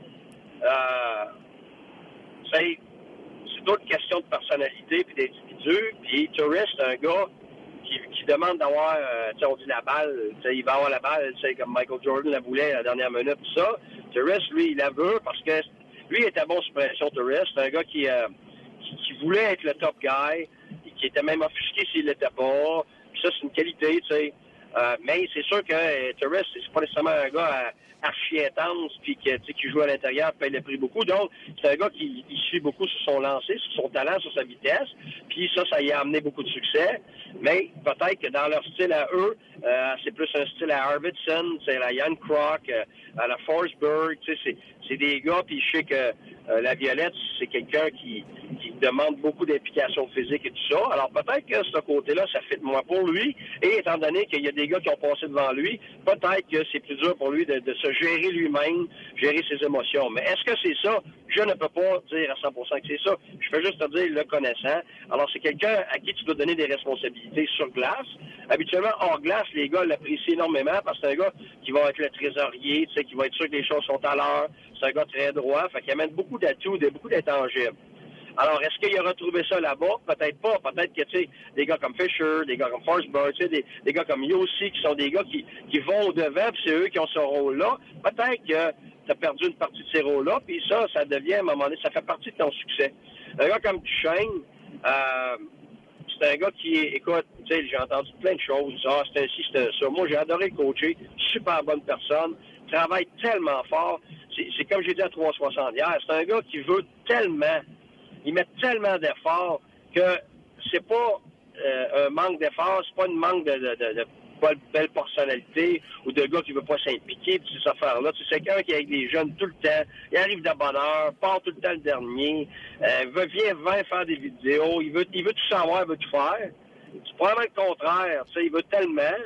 c'est d'autres questions de personnalité puis d'individu. Puis Turris, c'est un gars qui demande d'avoir, on dit la balle, il va avoir la balle, comme Michael Jordan la voulait à la dernière minute, tout ça. Turris, lui, il la veut parce que lui, il était bon sur pression, Turris. C'est un gars qui voulait être le top guy, qui était même offusqué s'il l'était pas. Puis ça, c'est une qualité, tu sais. Mais c'est sûr que Turris, c'est pas nécessairement un gars archi intense puis qui joue à l'intérieur, paye le prix beaucoup. Donc, c'est un gars qui suit beaucoup sur son lancer, sur son talent, sur sa vitesse. Puis ça y a amené beaucoup de succès. Mais peut-être que dans leur style à eux, c'est plus un style à Arvidsson, c'est à Jan Krok, à la Forsberg. C'est des gars, puis je sais que Laviolette, c'est quelqu'un qui demande beaucoup d'implication physique et tout ça. Alors peut-être que ce côté-là, ça fit moins pour lui. Et étant donné qu'il y a des gars qui ont passé devant lui, peut-être que c'est plus dur pour lui de se gérer lui-même, gérer ses émotions. Mais est-ce que c'est ça? Je ne peux pas dire à 100% que c'est ça. Je peux juste te dire le connaissant. Alors c'est quelqu'un à qui tu dois donner des responsabilités sur glace. Habituellement, hors glace, les gars l'apprécient énormément parce que c'est un gars qui va être le trésorier, qui va être sûr que les choses sont à l'heure. C'est un gars très droit, fait qu'il amène beaucoup d'atouts, beaucoup d'intangibles. Alors, est-ce qu'il a retrouvé ça là-bas? Peut-être pas. Peut-être que, des gars comme Fisher, des gars comme Forsberg, des gars comme Yossi, qui sont des gars qui vont au-devant, puis c'est eux qui ont ce rôle-là. Peut-être que tu as perdu une partie de ces rôles-là, puis ça devient, à un moment donné, ça fait partie de ton succès. Un gars comme Duchesne, c'est un gars qui, écoute, j'ai entendu plein de choses. C'était ci, c'était ça. Moi, j'ai adoré le coacher. Super bonne personne. Travaille tellement fort. C'est comme j'ai dit à 360 hier, c'est un gars qui veut tellement, il met tellement d'efforts que c'est pas un manque d'efforts, c'est pas une manque de belle personnalité ou de gars qui veut pas s'impliquer pis ces affaires-là. C'est quelqu'un qui est avec des jeunes tout le temps, il arrive de bonne heure, part tout le temps le dernier, vient faire des vidéos, il veut tout savoir, il veut tout faire. C'est probablement le contraire, il veut tellement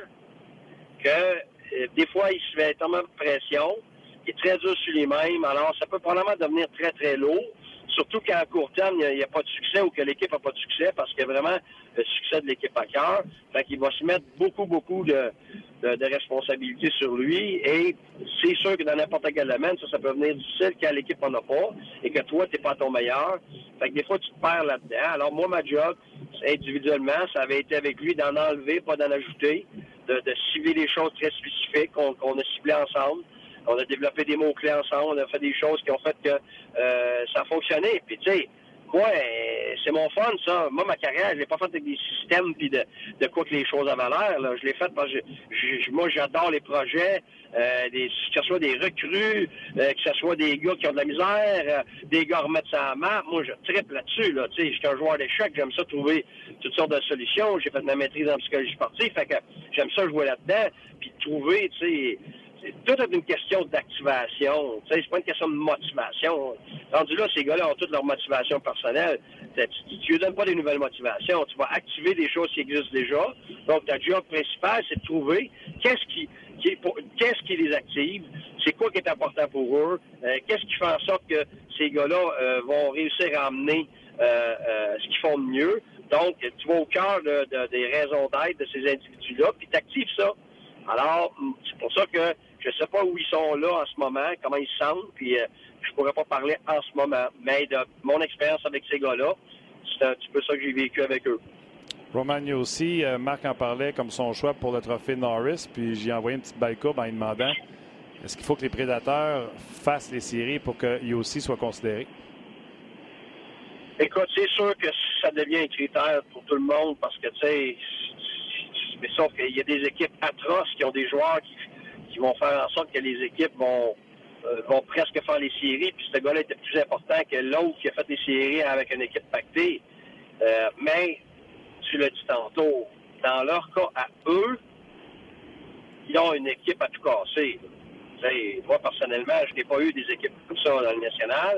que des fois il se fait tellement de pression, il est très dur sur lui-même, alors ça peut probablement devenir très très lourd. Surtout qu'à court terme, il n'y a pas de succès ou que l'équipe n'a pas de succès parce qu'il y a vraiment le succès de l'équipe à cœur. Fait qu'il va se mettre beaucoup de responsabilités sur lui. Et c'est sûr que dans n'importe quel domaine, ça peut venir difficile quand l'équipe n'en a pas et que toi, tu n'es pas ton meilleur. Fait que des fois, tu te perds là-dedans. Alors moi, ma job, individuellement, ça avait été avec lui d'en enlever, pas d'en ajouter, de cibler des choses très spécifiques qu'on a ciblées ensemble. On a développé des mots-clés ensemble, on a fait des choses qui ont fait que ça a fonctionné. Puis, tu sais, moi, c'est mon fun, ça. Moi, ma carrière, je l'ai pas faite avec des systèmes puis de quoi que les choses avaient l'air. Là. Je l'ai faite parce que moi, j'adore les projets, que ce soit des recrues, que ce soit des gars qui ont de la misère, des gars remettre ça à map. Moi, je triple là-dessus. Là. Tu sais, je suis un joueur d'échecs, j'aime ça trouver toutes sortes de solutions. J'ai fait ma maîtrise en psychologie sportive, fait que j'aime ça jouer là-dedans. Puis trouver, tu sais... Tout est une question d'activation. C'est pas une question de motivation. Rendu là, ces gars-là ont toute leur motivation personnelle. Tu ne donnes pas des nouvelles motivations. Tu vas activer des choses qui existent déjà. Donc, ta job principale, c'est de trouver qu'est-ce qui les active, c'est quoi qui est important pour eux, qu'est-ce qui fait en sorte que ces gars-là vont réussir à amener ce qu'ils font de mieux. Donc, tu vas au cœur des raisons d'être de ces individus-là, puis tu actives ça. Alors, c'est pour ça que je ne sais pas où ils sont là en ce moment, comment ils se sentent, puis je pourrais pas parler en ce moment. Mais de mon expérience avec ces gars-là, c'est un petit peu ça que j'ai vécu avec eux. Roman Josi, Marc en parlait comme son choix pour le trophée Norris, puis j'ai envoyé une petite balle courbe en lui demandant est-ce qu'il faut que les Prédateurs fassent les séries pour que Josi soit considéré? Écoute, c'est sûr que ça devient un critère pour tout le monde parce que, tu sais, mais sauf qu'il y a des équipes atroces qui ont des joueurs qui vont faire en sorte que les équipes vont presque faire les séries, puis ce gars-là était plus important que l'autre qui a fait les séries avec une équipe pactée. Mais, tu l'as dit tantôt, dans leur cas à eux, ils ont une équipe à tout casser. T'sais, moi, personnellement, je n'ai pas eu des équipes comme ça dans le national.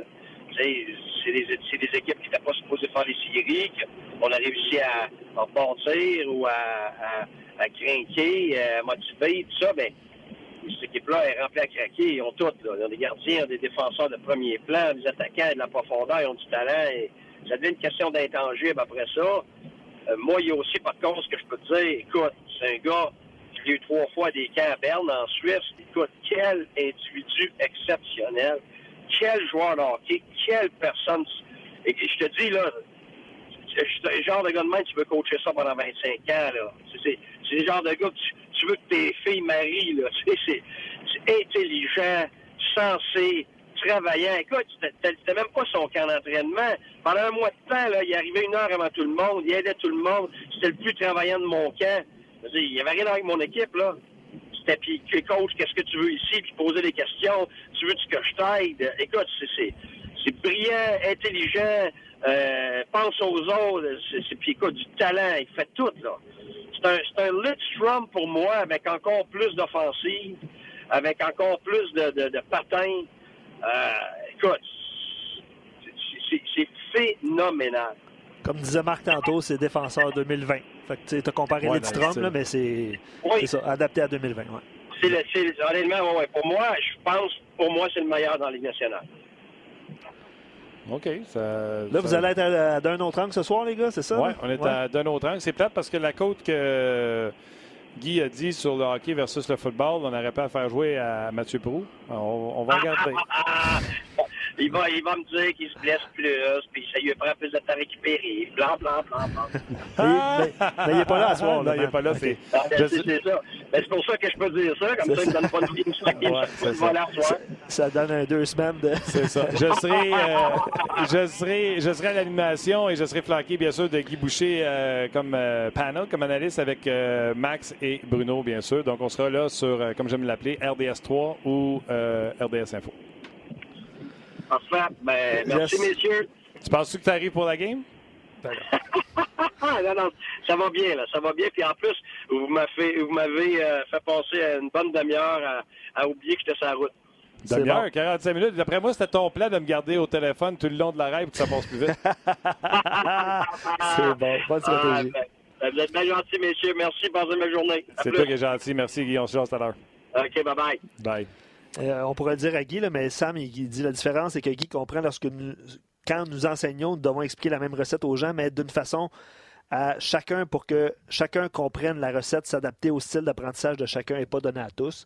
C'est des équipes qui n'étaient pas supposées faire les séries, qu'on a réussi à bâtir ou à craquer, à motiver, tout ça. Ben, cette équipe-là est remplie à craquer. Ils ont toutes. Là. Ils ont des gardiens, ils ont des défenseurs de premier plan, des attaquants, de la profondeur, ils ont du talent. Et ça devient une question d'intangible après ça. Moi, il y a aussi, par contre, ce que je peux te dire, écoute, c'est un gars qui a eu 3 fois des camps à Berne, en Suisse. Écoute, quel individu exceptionnel. Quel joueur de hockey, quelle personne. Et je te dis, là, c'est le genre de gars de même, tu veux coacher ça pendant 25 ans, là. C'est le genre de gars que tu veux que tes filles marient, là. C'est intelligent, sensé, travaillant. Écoute, c'était même pas son camp d'entraînement. Pendant un mois de temps, là, il arrivait 1 heure avant tout le monde, il aidait tout le monde. C'était le plus travaillant de mon camp. Il n'y avait rien avec mon équipe, là. C'était, puis, coach, qu'est-ce que tu veux ici? Puis poser des questions. Tu veux que je t'aide? Écoute, c'est brillant, intelligent, pense aux autres. Puis écoute, du talent. Il fait tout, là. C'est un Lidstrom pour moi, avec encore plus d'offensive, avec encore plus de patins. Écoute, c'est phénoménal. Comme disait Marc tantôt, c'est défenseur 2020. Fait que tu as comparé Lidstrom, là, mais c'est ça, adapté à 2020. Ouais. Honnêtement, ouais. Pour moi, c'est le meilleur dans la Ligue nationale. OK. Là, vous allez être à d'un autre angle ce soir, les gars, c'est ça? Oui, on est à d'un autre angle. C'est plate parce que la côte que Guy a dit sur le hockey versus le football, on n'aurait pas à faire jouer à Mathieu Proulx. On va regarder. Il va me dire qu'il se blesse plus, puis ça lui prend plus de temps à récupérer. Blanc. Mais il n'est pas là à ce soir. Non, il n'est pas là. Okay. C'est ça. C'est pour ça que je peux dire ça. Comme ça, il ne donne pas de game. Ça donne 2 semaines de... C'est ça. Je serai à l'animation et je serai flanqué, bien sûr, de Guy Boucher comme panel, comme analyste avec Max et Bruno, bien sûr. Donc, on sera là sur, comme j'aime l'appeler, RDS 3 ou RDS Info. Parfait. Ben, merci, messieurs. Tu penses-tu que tu arrives pour la game? Non, ça va bien, là. Ça va bien. Puis en plus, vous m'avez fait passer une bonne demi-heure à oublier que j'étais sur la route. Demi-heure, 45 minutes. D'après moi, c'était ton plan de me garder au téléphone tout le long de la rêve pour que ça passe plus vite. C'est bon. Bonne stratégie. Vous êtes bien gentils, messieurs. Merci. Passez une belle journée. C'est toi qui es gentil. Merci, Guy. On se jase tout à l'heure. OK, bye-bye. Bye. On pourrait le dire à Guy, là, mais Sam, il dit la différence, c'est que Guy comprend quand nous enseignons, nous devons expliquer la même recette aux gens, mais d'une façon à chacun pour que chacun comprenne la recette, s'adapter au style d'apprentissage de chacun et pas donner à tous.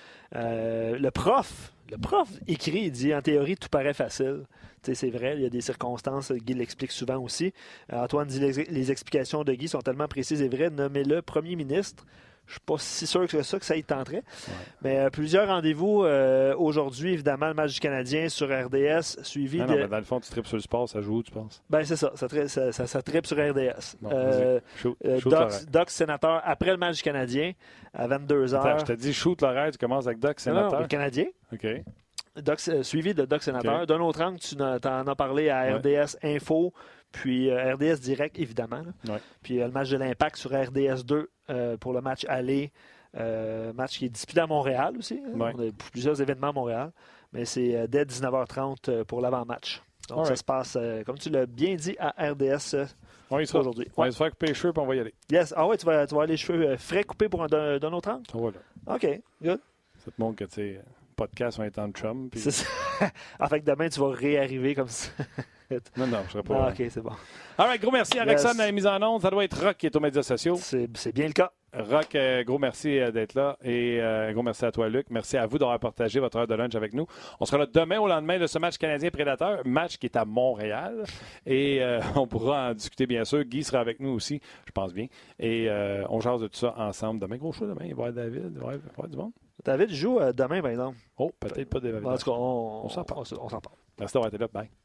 Le prof écrit, il dit en théorie, tout paraît facile. T'sais, c'est vrai, il y a des circonstances, Guy l'explique souvent aussi. Antoine dit les explications de Guy sont tellement précises et vraies. Nommez-le premier ministre. Je ne suis pas si sûr que ça y tenterait. Ouais. Mais plusieurs rendez-vous aujourd'hui, évidemment, le match du Canadien sur RDS, suivi de... mais dans le fond, tu tripes sur le sport, ça joue où, tu penses? Ben c'est ça, ça tripe sur RDS. Bon, Doc Sénateur, après le match du Canadien, à 22h. Attends, je te dis, shoot l'horaire, tu commences avec Doc Sénateur. Non, le Canadien. OK. Suivi de Doc Sénateur. Okay. D'un autre angle, tu en as parlé à RDS Info, puis RDS Direct, évidemment. Ouais. Puis le match de l'Impact sur RDS 2 pour le match aller. Match qui est disputé à Montréal aussi. Ouais. On a plusieurs événements à Montréal. Mais c'est dès 19h30 pour l'avant-match. Donc ça se passe, comme tu l'as bien dit, à RDS aujourd'hui. On va se faire couper les cheveux et on va y aller. Yes. Ah ouais, tu vas avoir les cheveux frais coupés pour d'un autre angle? Voilà. OK, good. Ça te montre que, tu sais, podcast, on est en chum. Puis... C'est ça. En fait, demain, tu vas réarriver comme ça. Non, je ne serai pas. OK, c'est bon. All right, gros merci à Roxane dans la mise en onde. Ça doit être Rock qui est aux médias sociaux. C'est bien le cas. Rock, gros merci d'être là. Et gros merci à toi, Luc. Merci à vous d'avoir partagé votre heure de lunch avec nous. On sera là demain au lendemain de ce match canadien-prédateur. Match qui est à Montréal. Et on pourra en discuter, bien sûr. Guy sera avec nous aussi, je pense bien. Et on jase de tout ça ensemble demain. Gros show demain. Il va y avoir David. Il va y avoir du monde. David joue demain, par exemple. Oh, peut-être pas David. En tout cas, on s'en parle. Merci d'avoir été là. Bye.